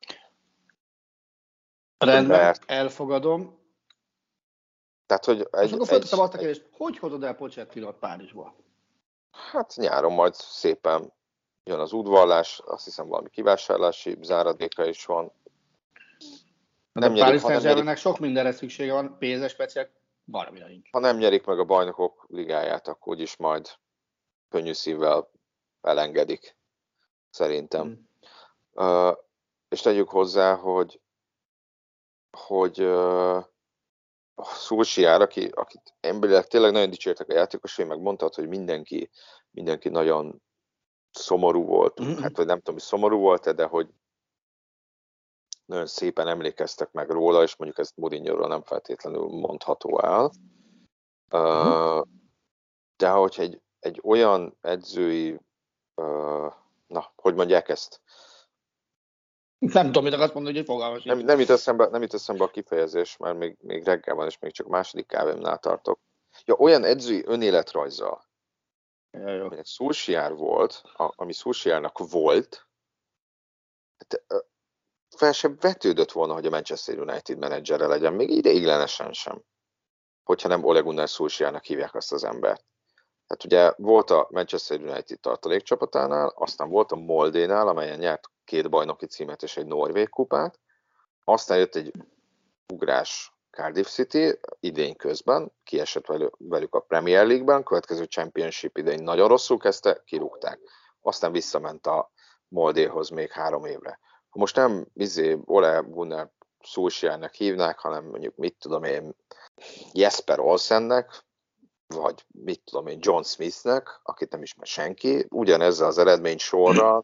Rendben, mert... elfogadom. Tehát, hogy egy, és akkor fölteszem azt a kérdést, hogy hozod el Pochettinót Párizsból? Hát nyáron majd szépen jön az udvarlás, azt hiszem valami kivásárlási záradéka is van. Nem a Paris Saint-Germainnek sok mindenre szüksége van, pénzes speciál, valamire nincs. Ha nem nyerik meg a Bajnokok Ligáját, akkor úgyis majd könnyű szívvel elengedik, szerintem. Hmm. Uh, és tegyük hozzá, hogy hogy uh, Solskjaer, aki, akit emberileg tényleg nagyon dicsértek a játékosai, meg mondtad, hogy mindenki, mindenki nagyon szomorú volt, mm-hmm. hát vagy nem tudom, hogy szomorú volt-e, de hogy nagyon szépen emlékeztek meg róla, és mondjuk ezt Mourinho-ról nem feltétlenül mondható el. Mm-hmm. Uh, de hogyha egy, egy olyan edzői, uh, na, hogy mondják ezt? Nem tudom, mit akarsz mondani, hogy fogalmas. Nem, nem, jut eszembe, nem jut eszembe a kifejezés, mert még, még reggel van, és még csak második kávémnál tartok. Ja, olyan edzői önéletrajzzal, ja, aminek Solskjaer volt, a, ami Solskjaernak volt, hát, fel sem vetődött volna, hogy a Manchester United menedzsere legyen, még ideiglenesen sem, hogyha nem Ole Gunnar Solskjaernak hívják azt az embert. Hát ugye volt a Manchester United tartalékcsapatánál, aztán volt a Moldénál, amelyen nyert két bajnoki címet és egy norvég kupát, aztán jött egy ugrás Cardiff City idén közben, kiesett velük a Premier League-ben, következő Championship idején nagyon rosszul kezdte, kirúgták. Aztán visszament a Moldéhoz még három évre. Ha most nem izé, Ole Gunnar Solskjaernek hívnák, hanem mondjuk mit tudom én, Jesper Olsennek, vagy mit tudom én, John Smithnek, akit nem ismer senki, ugyanezzel az eredmény sorral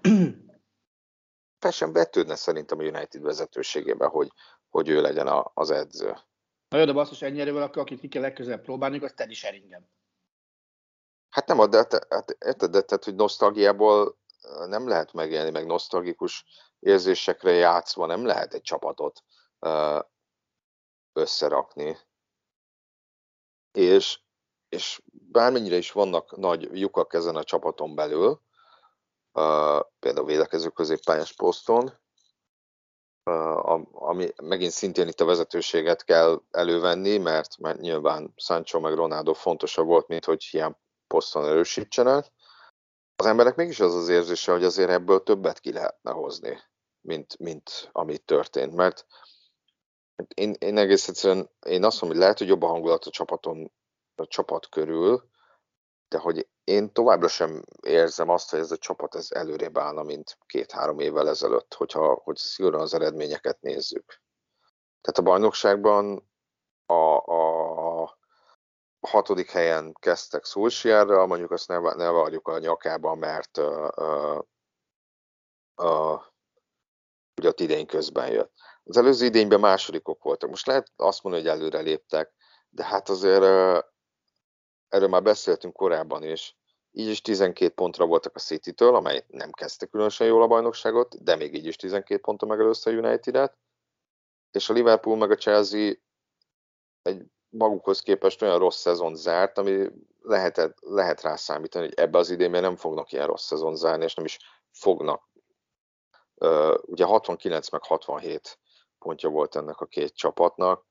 fel sem vetődne szerintem a United vezetőségében, hogy, hogy ő legyen a, az edző. Na jó, de basszus, ennyire valaki, akit ki kell legközelebb próbálni, az Teddy Sheringham. Hát nem, de hát, érted, de tehát, hogy nosztalgiából nem lehet megélni, meg nosztalgikus érzésekre játszva nem lehet egy csapatot uh, összerakni. És, és bármennyire is vannak nagy lyukak ezen a csapaton belül, Uh, például védekező középpályás poszton, uh, ami megint szintén itt a vezetőséget kell elővenni, mert, mert nyilván Sancho meg Ronaldo fontosabb volt, mint hogy ilyen poszton erősítsenek. Az emberek mégis az az érzése, hogy azért ebből többet ki lehetne hozni, mint, mint amit történt, mert én, én egész egyszerűen, én azt mondom, hogy lehet, hogy jobb a hangulat a csapaton, a csapat körül, de hogy én továbbra sem érzem azt, hogy ez a csapat ez előrébb állna, mint két-három évvel ezelőtt, hogyha, hogy szigorúan az eredményeket nézzük. Tehát a bajnokságban a, a hatodik helyen kezdtek Solskjaerrel, mondjuk azt ne, ne várjuk a nyakába, mert uh, uh, uh, ugye ott idény közben jött. Az előző idényben másodikok voltak. Most lehet azt mondani, hogy előre léptek, de hát azért uh, erről már beszéltünk korábban is. Így is tizenkét pontra voltak a City-től, amely nem kezdte különösen jól a bajnokságot, de még így is tizenkét pontra megelőzte a United-et. és a Liverpool meg a Chelsea egy magukhoz képest olyan rossz szezon zárt, ami lehet, lehet rá számítani, hogy ebbe az idénben nem fognak ilyen rossz szezon zárni, és nem is fognak. Uh, ugye hatvankilenc meg hatvanhét pontja volt ennek a két csapatnak,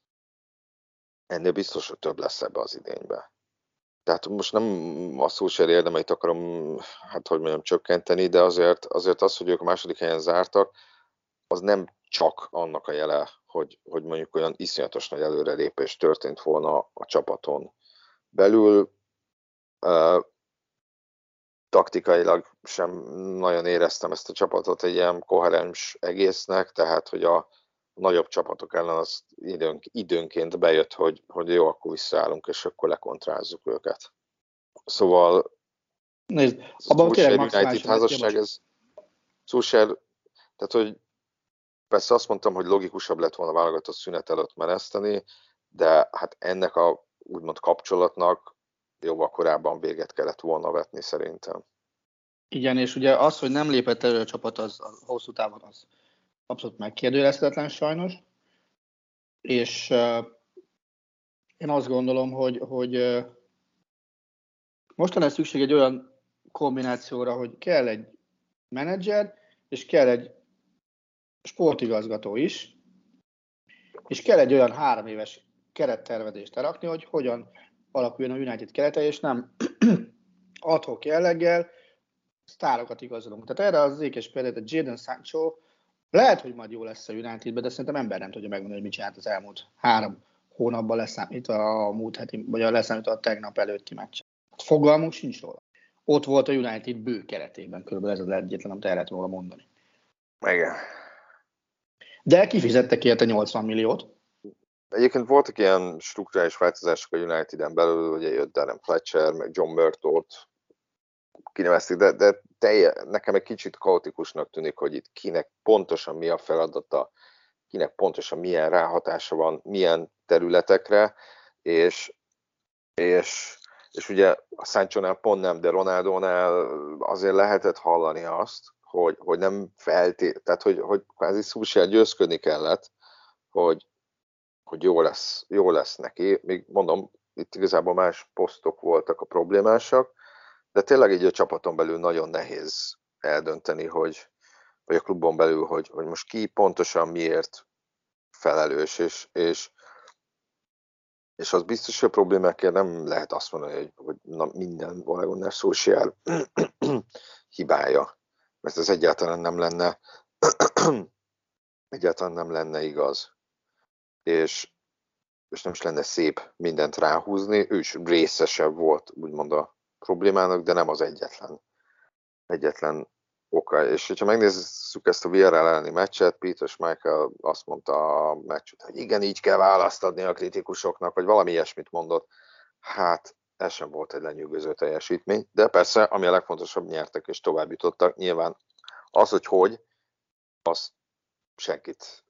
ennél biztos, hogy több lesz ebbe az idénybe. Tehát most nem a Solskjaer érdemeit akarom, hát hogy mondjam, csökkenteni, de azért, azért az, hogy ők a második helyen zártak, az nem csak annak a jele, hogy, hogy mondjuk olyan iszonyatos nagy előrelépés történt volna a csapaton belül. Uh, taktikailag sem nagyon éreztem ezt a csapatot egy ilyen koherens egésznek, tehát hogy a nagyobb csapatok ellen az időnk, időnként bejött, hogy, hogy jó, akkor visszaállunk, és akkor lekontrázzuk őket. Szóval nézd, abban tényleg United házasság, ez Solskjaer, tehát hogy persze azt mondtam, hogy logikusabb lett volna válogatott szünet előtt meneszteni, de hát ennek a úgymond kapcsolatnak jóval korábban véget kellett volna vetni szerintem. Igen, és ugye az, hogy nem lépett elő a csapat, az, az hosszú távon az abszolút megkérdőjelezhetetlen sajnos, és uh, én azt gondolom, hogy, hogy uh, mostan lesz szükség egy olyan kombinációra, hogy kell egy menedzser, és kell egy sportigazgató is, és kell egy olyan három éves kerettervezést elrakni, hogy hogyan alakuljon a United kerete, és nem ad-hoc jelleggel sztárokat igazolunk. Tehát erre az ékes példát, a Jadon Sancho lehet, hogy majd jó lesz a Unitedben, de szerintem ember nem tudja megmondani, hogy mit csinált az elmúlt három hónapban leszámítva a múlt heti, vagy a leszámítva a tegnap előtti meccs. Fogalmunk sincs róla. Ott volt a United bő keretében, körülbelül ez az egyetlen, amit el lehet róla mondani. Igen. De kifizettek érte nyolcvan milliót. Egyébként voltak ilyen strukturális változások a Uniteden belül, ugye jött Darren Fletcher, meg John Burtot kinevezték, de, de telje, nekem egy kicsit kaotikusnak tűnik, hogy itt kinek pontosan mi a feladata, kinek pontosan milyen ráhatása van, milyen területekre, és, és, és ugye a Sanchónál pont nem, de Ronaldónál azért lehetett hallani azt, hogy, hogy nem felté, tehát hogy, hogy kvázi Solskjaer győzködni kellett, hogy, hogy jó lesz, jó lesz neki. Még mondom, itt igazából más posztok voltak a problémásak, de tényleg így a csapaton belül nagyon nehéz eldönteni, hogy, vagy a klubon belül, hogy, hogy most ki pontosan miért felelős, és, és, és az biztos, hogy a problémákért nem lehet azt mondani, hogy, hogy na, minden Ole Gunnar Solskjaer hibája, mert ez egyáltalán nem lenne egyáltalán nem lenne igaz. És, és nem is lenne szép mindent ráhúzni, ő is részesebb volt, úgymond a problémának, de nem az egyetlen, egyetlen oka. És hogyha megnézzük ezt a Villarreal elleni meccset, Peter Schmeichel azt mondta a meccset, hogy igen, így kell választ adni a kritikusoknak, vagy valami ilyesmit mondott. Hát ez sem volt egy lenyűgöző teljesítmény, de persze, ami a legfontosabb, nyertek és tovább jutottak. Nyilván az, hogy hogy, az senkit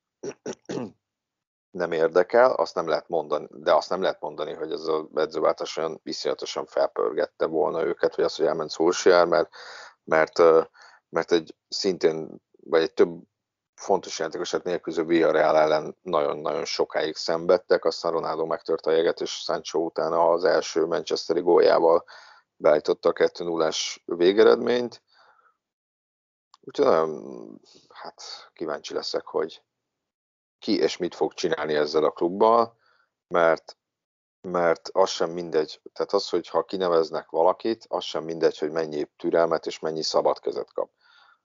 nem érdekel, azt nem lehet mondani, de azt nem lehet mondani, hogy ez az edzőváltás olyan viszonyatosan felpörgette volna őket, vagy az, hogy elment Solskjaer, mert, mert, mert egy szintén, vagy egy több fontos játékosát nélkülöző Villarreal ellen nagyon-nagyon sokáig szenvedtek, aztán Ronaldo megtört a jeget, és Sancho utána az első manchesteri góljával beállította a kettő nullás végeredményt. Úgyhogy nagyon, hát kíváncsi leszek, hogy ki és mit fog csinálni ezzel a klubbal, mert, mert az sem mindegy, tehát az, hogy ha kineveznek valakit, az sem mindegy, hogy mennyi türelmet és mennyi szabad kezet kap.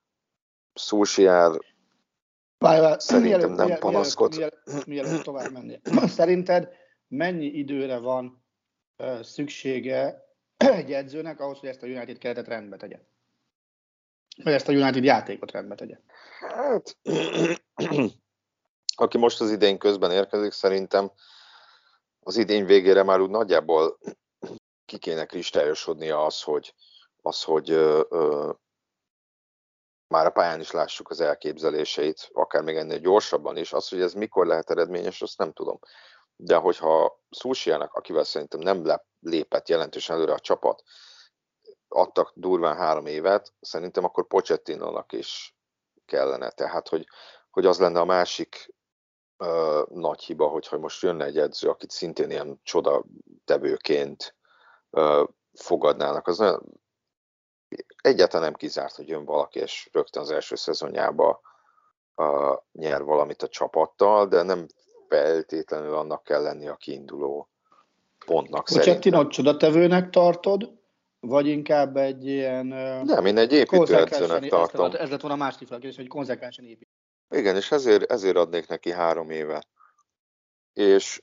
Solskjaer szerintem mielőtt, nem mielőtt, panaszkod. Mielőtt, mielőtt tovább menni. Szerinted mennyi időre van uh, szüksége egy edzőnek ahhoz, hogy ezt a United keretet rendbe tegye? Vagy ezt a United játékot rendbe tegye? Hát, aki most az idény közben érkezik, szerintem az idény végére már úgy nagyjából ki kéne kristályosodnia az, hogy, az, hogy ö, ö, már a pályán is lássuk az elképzeléseit, akár még ennél gyorsabban is. Az, hogy ez mikor lehet eredményes, azt nem tudom. De hogyha Solskjaernek, akivel szerintem nem lépett jelentősen előre a csapat, adtak durván három évet, szerintem akkor Pochettinónak is kellene. Tehát, hogy, hogy az lenne a másik ö, nagy hiba, hogyha most jönne egy edző, akit szintén ilyen csodatevőként ö, fogadnának. Az nagyon, egyáltalán nem kizárt, hogy jön valaki, és rögtön az első szezonjába ö, nyer valamit a csapattal, de nem feltétlenül annak kell lenni a kiinduló pontnak szerintem. Pochettinót csodatevőnek tartod, vagy inkább egy ilyen... Nem, én egy építőedzőnek tartom. Ez lett volna a második kérdés, hogy konzekvensen épít. Igen, és ezért, ezért adnék neki három évet. És,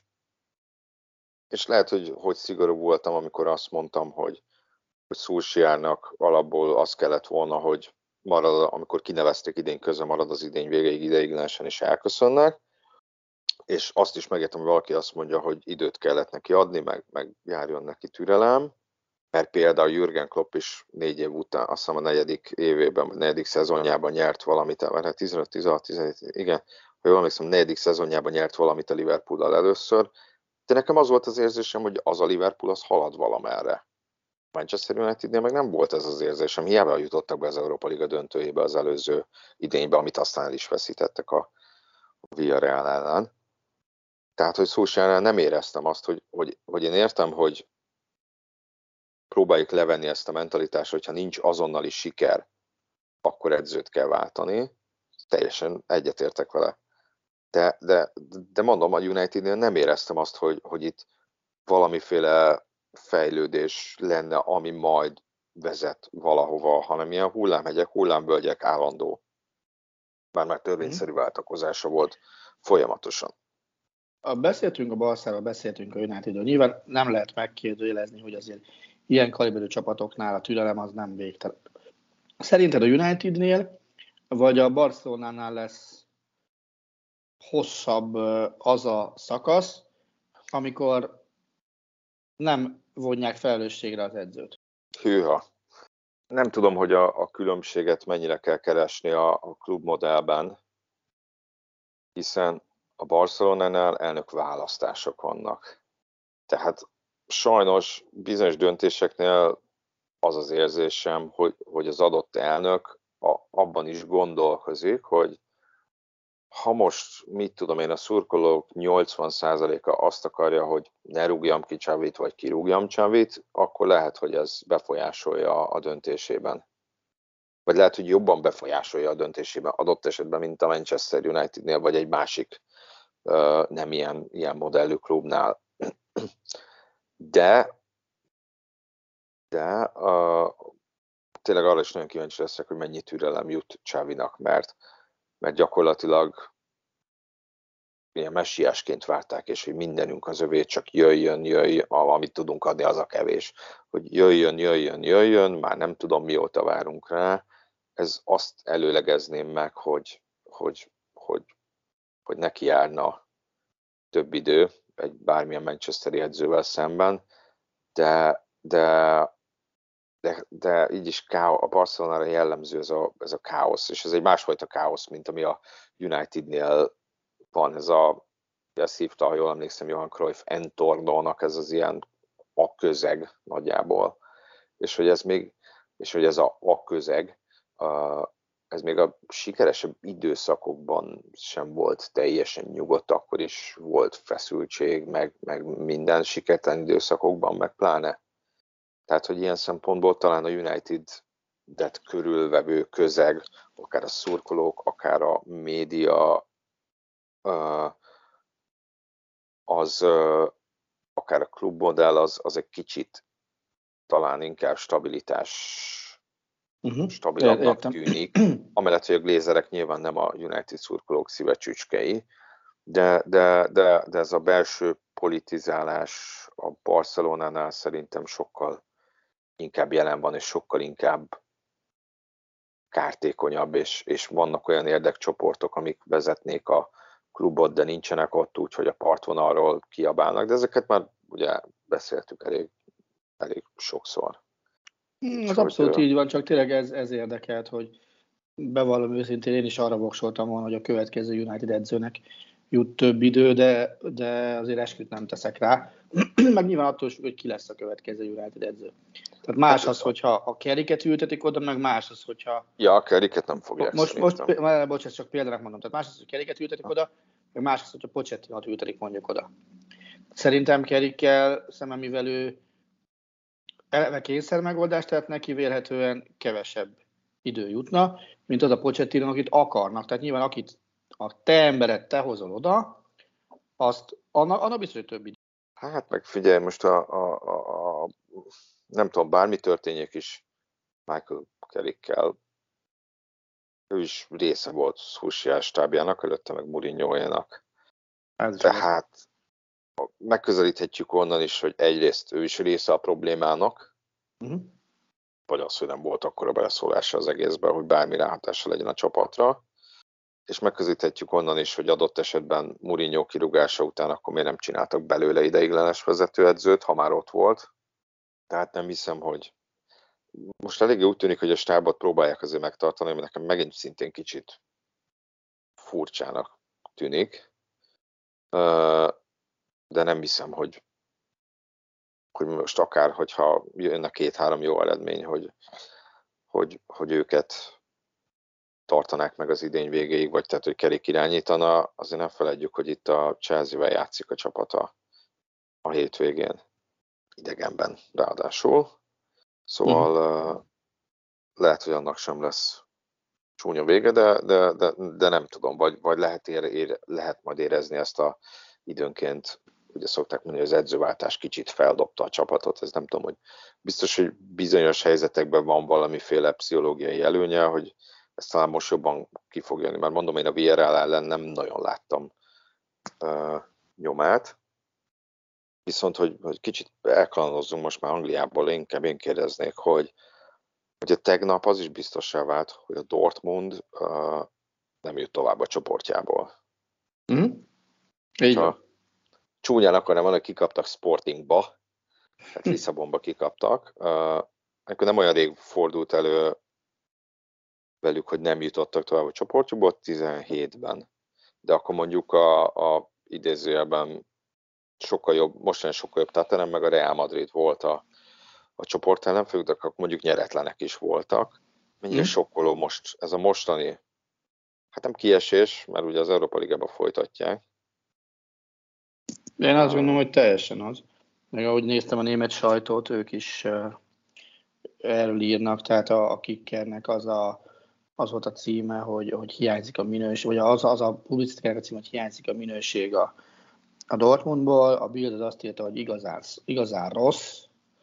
és lehet, hogy, hogy szigorú voltam, amikor azt mondtam, hogy, hogy Solskjaernak alapból az kellett volna, hogy marad, amikor kinevezték idén közben, marad az idény végéig ideiglenesen és elköszönnek. És azt is megértem, hogy valaki azt mondja, hogy időt kellett neki adni, meg, meg járjon neki türelem, mert például Jürgen Klopp is négy év után, azt hiszem a negyedik évében, a negyedik szezonjában nyert valamit, mert hát tizenöt tizenhat tizenhét, igen, ha jól emlékszem, negyedik szezonjában nyert valamit a Liverpoollal először, de nekem az volt az érzésem, hogy az a Liverpool az halad valamerre. Manchester Unitednél meg nem volt ez az érzésem, hiába jutottak be az Európa Liga döntőjébe az előző idénybe, amit aztán el is veszítettek a Villarreal ellen. Tehát, hogy Solskjaernál nem éreztem azt, hogy, hogy, hogy én értem, hogy próbáljuk levenni ezt a mentalitást, hogyha nincs azonnali siker, akkor edzőt kell váltani. Teljesen egyetértek vele. De, de, de mondom, a Unitednél nem éreztem azt, hogy, hogy itt valamiféle fejlődés lenne, ami majd vezet valahova, hanem ilyen hullámhegyek, hullámvölgyek állandó. Bár már törvényszerű váltakozása volt folyamatosan. A beszéltünk a Barszáról, beszéltünk a Unitedről. Nyilván nem lehet megkérdőjelezni, hogy azért ilyen kaliberű csapatoknál a türelem az nem végtelen. Szerinted a Unitednél, vagy a Barcelonánál lesz hosszabb az a szakasz, amikor nem vonják felelősségre az edzőt? Hűha. Nem tudom, hogy a, a különbséget mennyire kell keresni a, a klubmodellben, hiszen a Barcelonánál elnök választások vannak. Tehát sajnos bizonyos döntéseknél az az érzésem, hogy, hogy az adott elnök a, abban is gondolkozik, hogy ha most, mit tudom én, a szurkolók nyolcvan százaléka azt akarja, hogy ne rúgjam ki Xavit, vagy kirúgjam Xavit, akkor lehet, hogy ez befolyásolja a döntésében. Vagy lehet, hogy jobban befolyásolja a döntésében adott esetben, mint a Manchester Unitednél, vagy egy másik uh, nem ilyen, ilyen modellű klubnál. De, de uh, tényleg arra is nagyon kíváncsi leszek, hogy mennyi türelem jut Xavinak, mert, mert gyakorlatilag ilyen messiásként várták, és hogy mindenünk az övé, csak jöjjön, jöjjön, amit tudunk adni, az a kevés. Hogy jöjjön, jöjjön, jöjjön, már nem tudom mióta várunk rá. Ez azt előlegezném meg, hogy, hogy, hogy, hogy neki járna több idő egy bármilyen manchesteri edzővel szemben, de, de, de, de így is káosz, a Barcelonára jellemző ez a, ez a káosz, és ez egy másfajta káosz, mint ami a Unitednél van. Ez a, ezt hívta, ha jól emlékszem, Johan Cruyff entornónak, ez az ilyen a közeg nagyjából, és hogy ez még, és hogy ez a, a közeg, a, ez még a sikeresebb időszakokban sem volt teljesen nyugodt, akkor is volt feszültség, meg, meg minden sikertelen időszakokban, meg pláne. Tehát, hogy ilyen szempontból talán a United-et körülvevő közeg, akár a szurkolók, akár a média, az, akár a klubmodell, az, az egy kicsit talán inkább stabilitás Uh-huh. stabilabbnak tűnik, amellett, hogy a Glazerek nyilván nem a United szurkolók szívecsücskei, de, de, de, de ez a belső politizálás a Barcelonánál szerintem sokkal inkább jelen van, és sokkal inkább kártékonyabb, és, és vannak olyan érdekcsoportok, amik vezetnék a klubot, de nincsenek ott úgy, hogy a partvonalról kiabálnak, de ezeket már ugye beszéltük elég, elég sokszor. Az abszolút így van, csak tényleg ez, ez érdekelt, hogy bevallom őszintén, én is arra voksoltam volna, hogy a következő United edzőnek jut több idő, de, de azért esküt nem teszek rá. Meg nyilván attól is, hogy ki lesz a következő United edző. Tehát más hát az, hogyha a Kerryket ültetik oda, meg más az, hogyha... Ja, a Kerryket nem fogják most, most, most, bocs, ezt csak példának mondom. Tehát más az, hogy Kerryket ültetik oda, meg másrészt, hogyha Pochettinót ültetik mondjuk oda. Szerintem Carrickkel szemben, mivel ő eleve kényszer megoldást, tehát neki vélhetően kevesebb idő jutna, mint az a Pochettino, akit akarnak. Tehát nyilván akit a te embered te hozol oda, azt annak, annak biztos, hogy több idő. Hát meg figyelj, most a, a, a, a nem tudom, bármi történjék is Michael Carrickkel, ő is része volt Solskjaer stábjának, előtte meg Mourinho-jának. Tehát megközelíthetjük onnan is, hogy egyrészt ő is része a problémának, uh-huh. vagy az, hogy nem volt akkora beleszólása az egészben, hogy bármi ráhatása legyen a csapatra, és megközelíthetjük onnan is, hogy adott esetben Mourinho kirúgása után akkor miért nem csináltak belőle ideiglenes vezetőedzőt, ha már ott volt. Tehát nem hiszem, hogy most eléggé úgy tűnik, hogy a stábot próbálják azért megtartani, ami nekem megint szintén kicsit furcsának tűnik. De nem hiszem, hogy, hogy most akár, hogyha jönne két-három jó eredmény, hogy, hogy, hogy őket tartanák meg az idény végéig, vagy tehát, hogy Carrick irányítana, azért nem feledjük, hogy itt a Chelsea-vel játszik a csapata a hétvégén, idegenben ráadásul. Szóval uh-huh. lehet, hogy annak sem lesz csúnya vége, de, de, de, de nem tudom, vagy, vagy lehet, ér, ér, lehet majd érezni ezt a időnként, ugye szokták mondani, hogy az edzőváltás kicsit feldobta a csapatot, ez nem tudom, hogy biztos, hogy bizonyos helyzetekben van valamiféle pszichológiai előnye, hogy ezt talán most jobban ki fog jönni, mert mondom, én a vé er el ellen nem nagyon láttam uh, nyomát, viszont, hogy, hogy kicsit elkanalozzunk most már Angliából, inkább én kérdeznék, hogy, hogy a tegnap az is biztossá vált, hogy a Dortmund uh, nem jut tovább a csoportjából. Mm. Így van. Csúnyán akarnám mondani, hogy kikaptak Sportingba, tehát Lisszabonba kikaptak. Uh, akkor nem olyan rég fordult elő velük, hogy nem jutottak tovább a csoportjukból, tizenhétben. De akkor mondjuk a, a idézőjelben sokkal jobb, mostan sokkal jobb Tottenham, meg a Real Madrid volt a, a csoport ellenfők, de akkor mondjuk nyeretlenek is voltak. Mennyire mm. sokkoló most ez a mostani, hát nem kiesés, mert ugye az Európa Ligában folytatják. Én azt gondolom, hogy teljesen az. Meg ahogy néztem a német sajtót, ők is uh, erről írnak, tehát a, a Kickernek az, a, az volt a címe, hogy, hogy hiányzik a minőség, vagy az, az a publicitának a címe, hogy hiányzik a minőség a, a Dortmundból. A Bild az azt írta, hogy igazán, igazán rossz,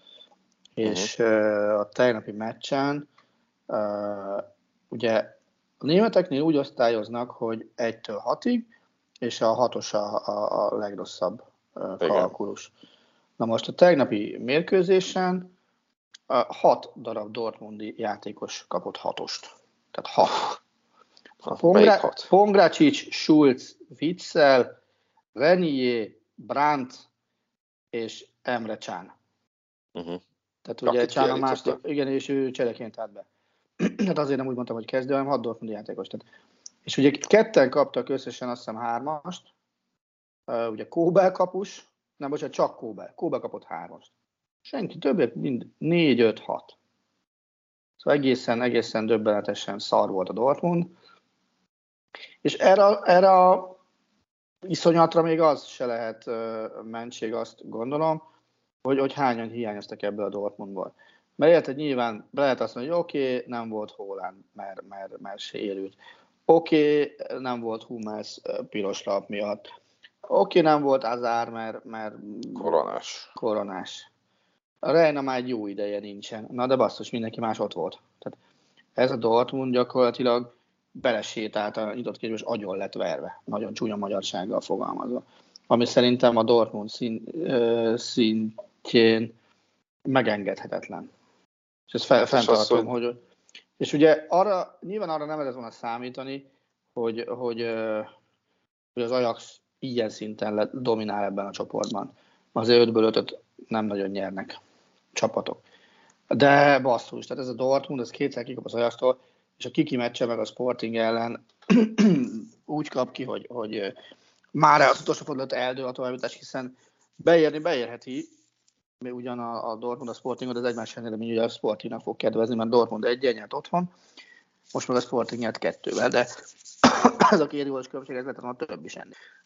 és uh-huh. uh, a tegnapi meccsen uh, ugye a németeknél úgy osztályoznak, hogy egytől hatig, és a hatos a, a, a legrosszabb uh, kalkulus. Na most a tegnapi mérkőzésen uh, hat darab dortmundi játékos kapott hatost. Tehát hat. Pongra- Pongracsics, Schulz, Witzel, Renier, Brandt és Emre Can. Uh-huh. Tehát ugye Can a második, igen, és ő csereként állt be. Tehát azért nem úgy mondtam, hogy kezdő, hanem hat dortmundi játékos. Tehát, és ugye ketten kaptak összesen azt hiszem hármast. Uh, ugye Kóbel kapus, nem bocsánat, csak Kóbel. Kóbel kapott hármast. Senki többet, mind négy, öt, hat. Szóval egészen, egészen döbbenetesen szar volt a Dortmund. És erre, erre a iszonyatra még az se lehet uh, mentség, azt gondolom, hogy, hogy hányan hiányoztak ebből a Dortmundból. Mert érted, nyilván lehet azt mondani, hogy oké, okay, nem volt Haaland, mert, mert, mert sérült. Oké, okay, nem volt Hummels uh, piros lap miatt. Oké, okay, nem volt Hazard, mert, mert koronás. koronás. A Reina már egy jó ideje nincsen. Na de basszus, mindenki más ott volt. Tehát ez a Dortmund gyakorlatilag belesétált a nyitott kérdés, és agyon lett verve. Nagyon csúnya magyarsággal fogalmazva. Ami szerintem a Dortmund szín, ö, szintjén megengedhetetlen. És ezt fel, fenntartom, hogy... hogy... És ugye arra, nyilván arra nem lehet volna számítani, hogy, hogy, hogy az Ajax ilyen szinten dominál ebben a csoportban. Azért ötből ötöt nem nagyon nyernek csapatok. De basszus, tehát ez a Dortmund, ez kétszer kikap az Ajaxtól, és a kiki meccse meg a Sporting ellen úgy kap ki, hogy, hogy már az utolsó fordulat eldől a továbbjutás, hiszen beérni beérheti, még ugyan a, a Dortmund a Sportingot, az egymás eredmény, ugye a Sportingnak fog kedvezni, mert Dortmund egy nyert otthon, most meg a Sporting nyert kettővel, de ez a két gólos különbség, ez lett a több is ennél.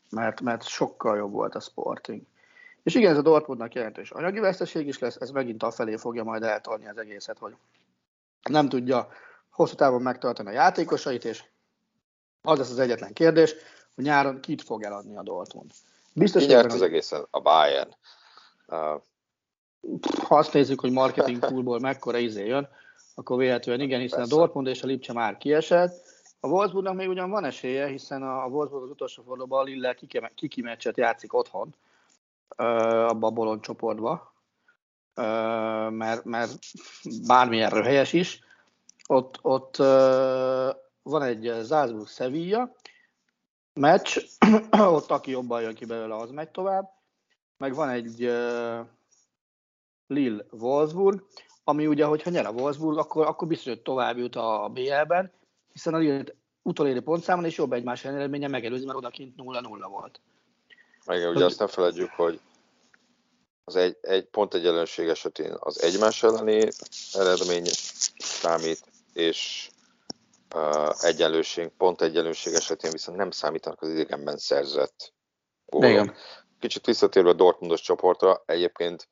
mert, mert sokkal jobb volt a Sporting. És igen, ez a Dortmundnak jelentős anyagi veszteség is lesz, ez megint afelé fogja majd eltolni az egészet, hogy nem tudja hosszú távon megtartani a játékosait, és az lesz az egyetlen kérdés, hogy nyáron kit fog eladni a Dortmund. Biztos, ki nyert az hogy... egészen? A Bayern. Uh... Ha azt nézzük, hogy marketing poolból mekkora izé jön, akkor véletlenül igen, hiszen Persze. a Dortmund és a Lipcse már kiesett. A Wolfsburgnak még ugyan van esélye, hiszen a Wolfsburg az utolsó fordulóban a Lille kiki meccset játszik otthon, abba a bolond csoportba, mert, mert bármilyen röhelyes is. Ott, ott van egy Salzburg-Sevilla meccs, ott aki jobban jön ki belőle, az megy tovább. Meg van egy Lille-Wolfsburg, ami ugye, hogyha nyer a Wolfsburg, akkor, akkor biztos, hogy tovább jut a bé el-ben, hiszen a Lille utolérő pontszámon és jobb egymás eredménye megelőzi, mert odakint nulla nulla volt. Igen, ugye azt nem feledjük, hogy az egy, egy pont egyenlőség esetén az egymás elleni eredmény számít, és uh, egyenlőség, pont egyenlőség esetén viszont nem számítanak az idegenben szerzett gólok. Kicsit visszatérve a Dortmundos csoportra, egyébként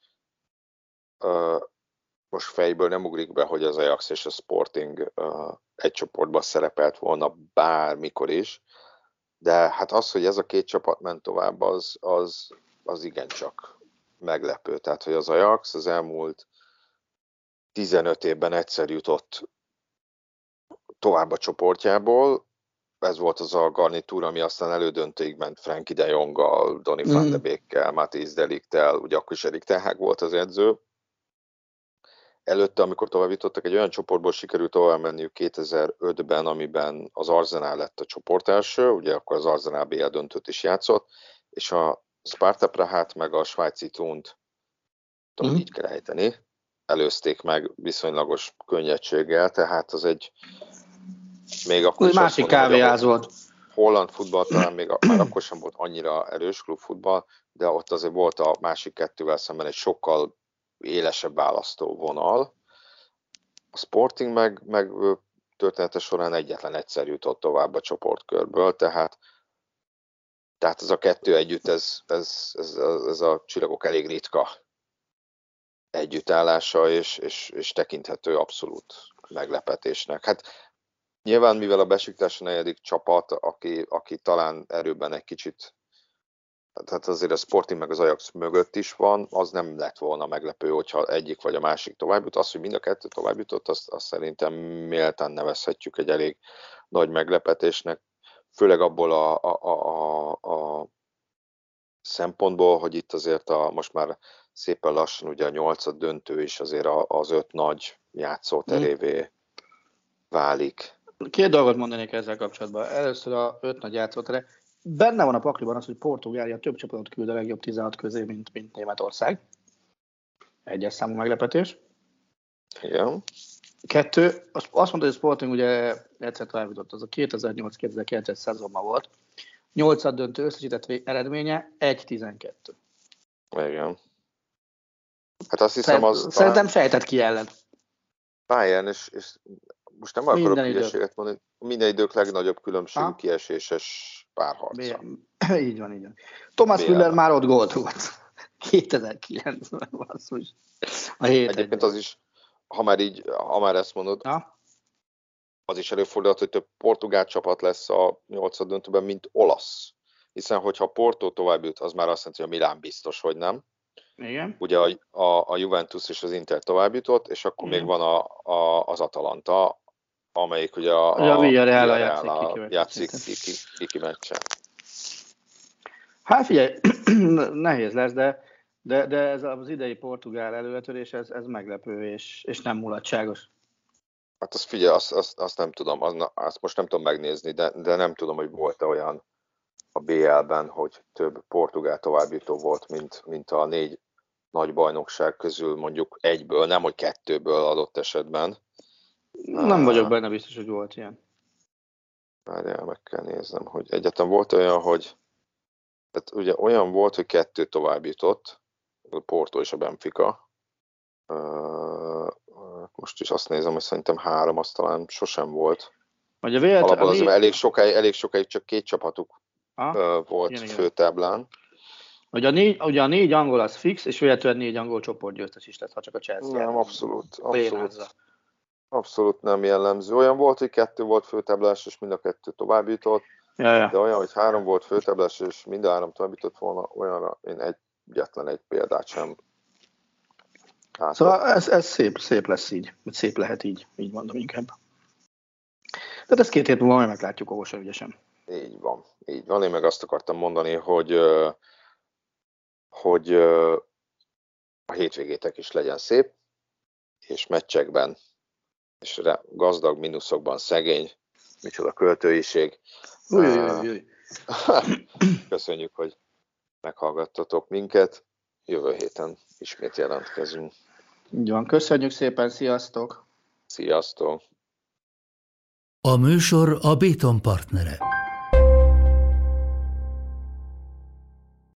uh, most fejből nem ugrik be, hogy az Ajax és a Sporting uh, egy csoportban szerepelt volna bármikor is, de hát az, hogy ez a két csapat ment tovább, az, az, az igencsak meglepő. Tehát, hogy az Ajax az elmúlt tizenöt évben egyszer jutott tovább a csoportjából. Ez volt az a garnitúra, ami aztán elődöntőig ment Frenkie de Jonggal, Donny van de Beekkel, Matthijs de Ligttel, ugye akkor is Erik ten Hag volt az edző. Előtte, amikor tovább jutottak, egy olyan csoportból sikerült tovább menniük kétezer-ötben, amiben az Arsenal lett a csoportelső, ugye akkor az Arsenal bé el döntőt is játszott, és a Sparta Prahát meg a svájci Thunt, tudom, mm. így kell ejteni, előzték meg viszonylagos könnyedséggel, tehát az egy még akkor is másik kávéház volt. Holland futball talán még már akkor sem volt annyira erős klubfutball, de ott azért volt a másik kettővel szemben egy sokkal élesebb választóvonal. A Sporting meg, meg története során egyetlen egyszer jutott tovább a csoportkörből, tehát, tehát ez a kettő együtt, ez, ez, ez, ez a csillagok elég ritka együttállása, és, és, és tekinthető abszolút meglepetésnek. Hát nyilván, mivel a Besiktas a negyedik csapat, aki, aki talán erőben egy kicsit, tehát azért a Sporting meg az Ajax mögött is van, az nem lett volna meglepő, hogyha egyik vagy a másik tovább jut. Az, hogy mind a kettő tovább jutott, azt, azt szerintem méltán nevezhetjük egy elég nagy meglepetésnek, főleg abból a, a, a, a szempontból, hogy itt azért a, most már szépen lassan ugye a nyolcad döntő is azért az öt nagy játszóterévé válik. Két dolgot mondanék ezzel kapcsolatban. Először a öt nagy játszótere. Benne van a pakliban az, hogy Portugália több csapatot küld a legjobb tizenhat közé, mint, mint Németország. Egyes számú meglepetés. Igen. Kettő, azt mondta, hogy a Sporting ugye egyszer tovább jutott, az a kétezer-nyolc kétezer-kilences szezonban volt. Nyolcad döntő összesített eredménye egy tizenkettő. Igen. Hát azt hiszem, Szerint, az... Szerintem sejtett ki ellen. Bayern, és, és most nem akarok hülyeséget mondani, minden idők legnagyobb különbségű ha? kieséses párharca. Így van, így van. Thomas Müller már ott gólt volt. kétezer-kilencben basszus. A hét Egyébként az is, ha már így, ha már ezt mondod, ha? az is előfordulhat, hogy több portugál csapat lesz a nyolcad döntőben, mint olasz. Hiszen, hogyha Porto tovább jut, az már azt jelenti, hogy a Milán biztos, hogy nem. Igen. Ugye a, a, a Juventus és az Inter tovább jutott, és akkor igen. még van a, a, az Atalanta, amelyik ugye a, a, a Villarreal játszik, játszik kiki, kiki meccsen. Hát figyelj, nehéz lesz, de, de, de ez az idei portugál előretörés, ez, ez meglepő, és, és nem mulatságos. Hát azt figyelj, azt, azt, azt nem tudom, azt, azt most nem tudom megnézni, de, de nem tudom, hogy volt-e olyan a bé el-ben, hogy több portugál továbbjutó volt, mint, mint a négy nagy bajnokság közül mondjuk egyből, nem hogy kettőből adott esetben. Nem vagyok benne biztos, hogy volt ilyen. Várjál, meg kell néznem, hogy egyáltalán volt olyan, hogy tehát ugye olyan volt, hogy kettő tovább jutott, a Porto és a Benfica. Most is azt nézem, hogy szerintem három, azt talán sosem volt. Vélet, Alapból ami... azért elég sokáig, elég sokáig csak két csapatuk Ah, volt igen, igen. főtáblán. Ugye a, négy, ugye a négy angol az fix, és véletlenül négy angol csoportgyőztes is lett, ha csak a Chelsea Nem, abszolút, abszolút, abszolút nem jellemző. Olyan volt, hogy kettő volt főtáblás, és mind a kettő tovább jutott, ja, ja. de olyan, hogy három volt főtáblás, és mind a három tovább jutott volna, olyanra én egyetlen egy példát sem látok. Szóval ez, ez szép, szép lesz így, szép lehet így, így mondom inkább. Tehát ezt két hét múlva majd meglátjuk okosan ügyesen. Így van, így van. Én meg azt akartam mondani, hogy, hogy a hétvégétek is legyen szép, és meccsekben, és gazdag, mínuszokban szegény, micsoda költőiség. Uj, uj, uj, uj. Köszönjük, hogy meghallgattatok minket. Jövő héten ismét jelentkezünk. Így van, köszönjük szépen, sziasztok! Sziasztok! A műsor a Béton partnere.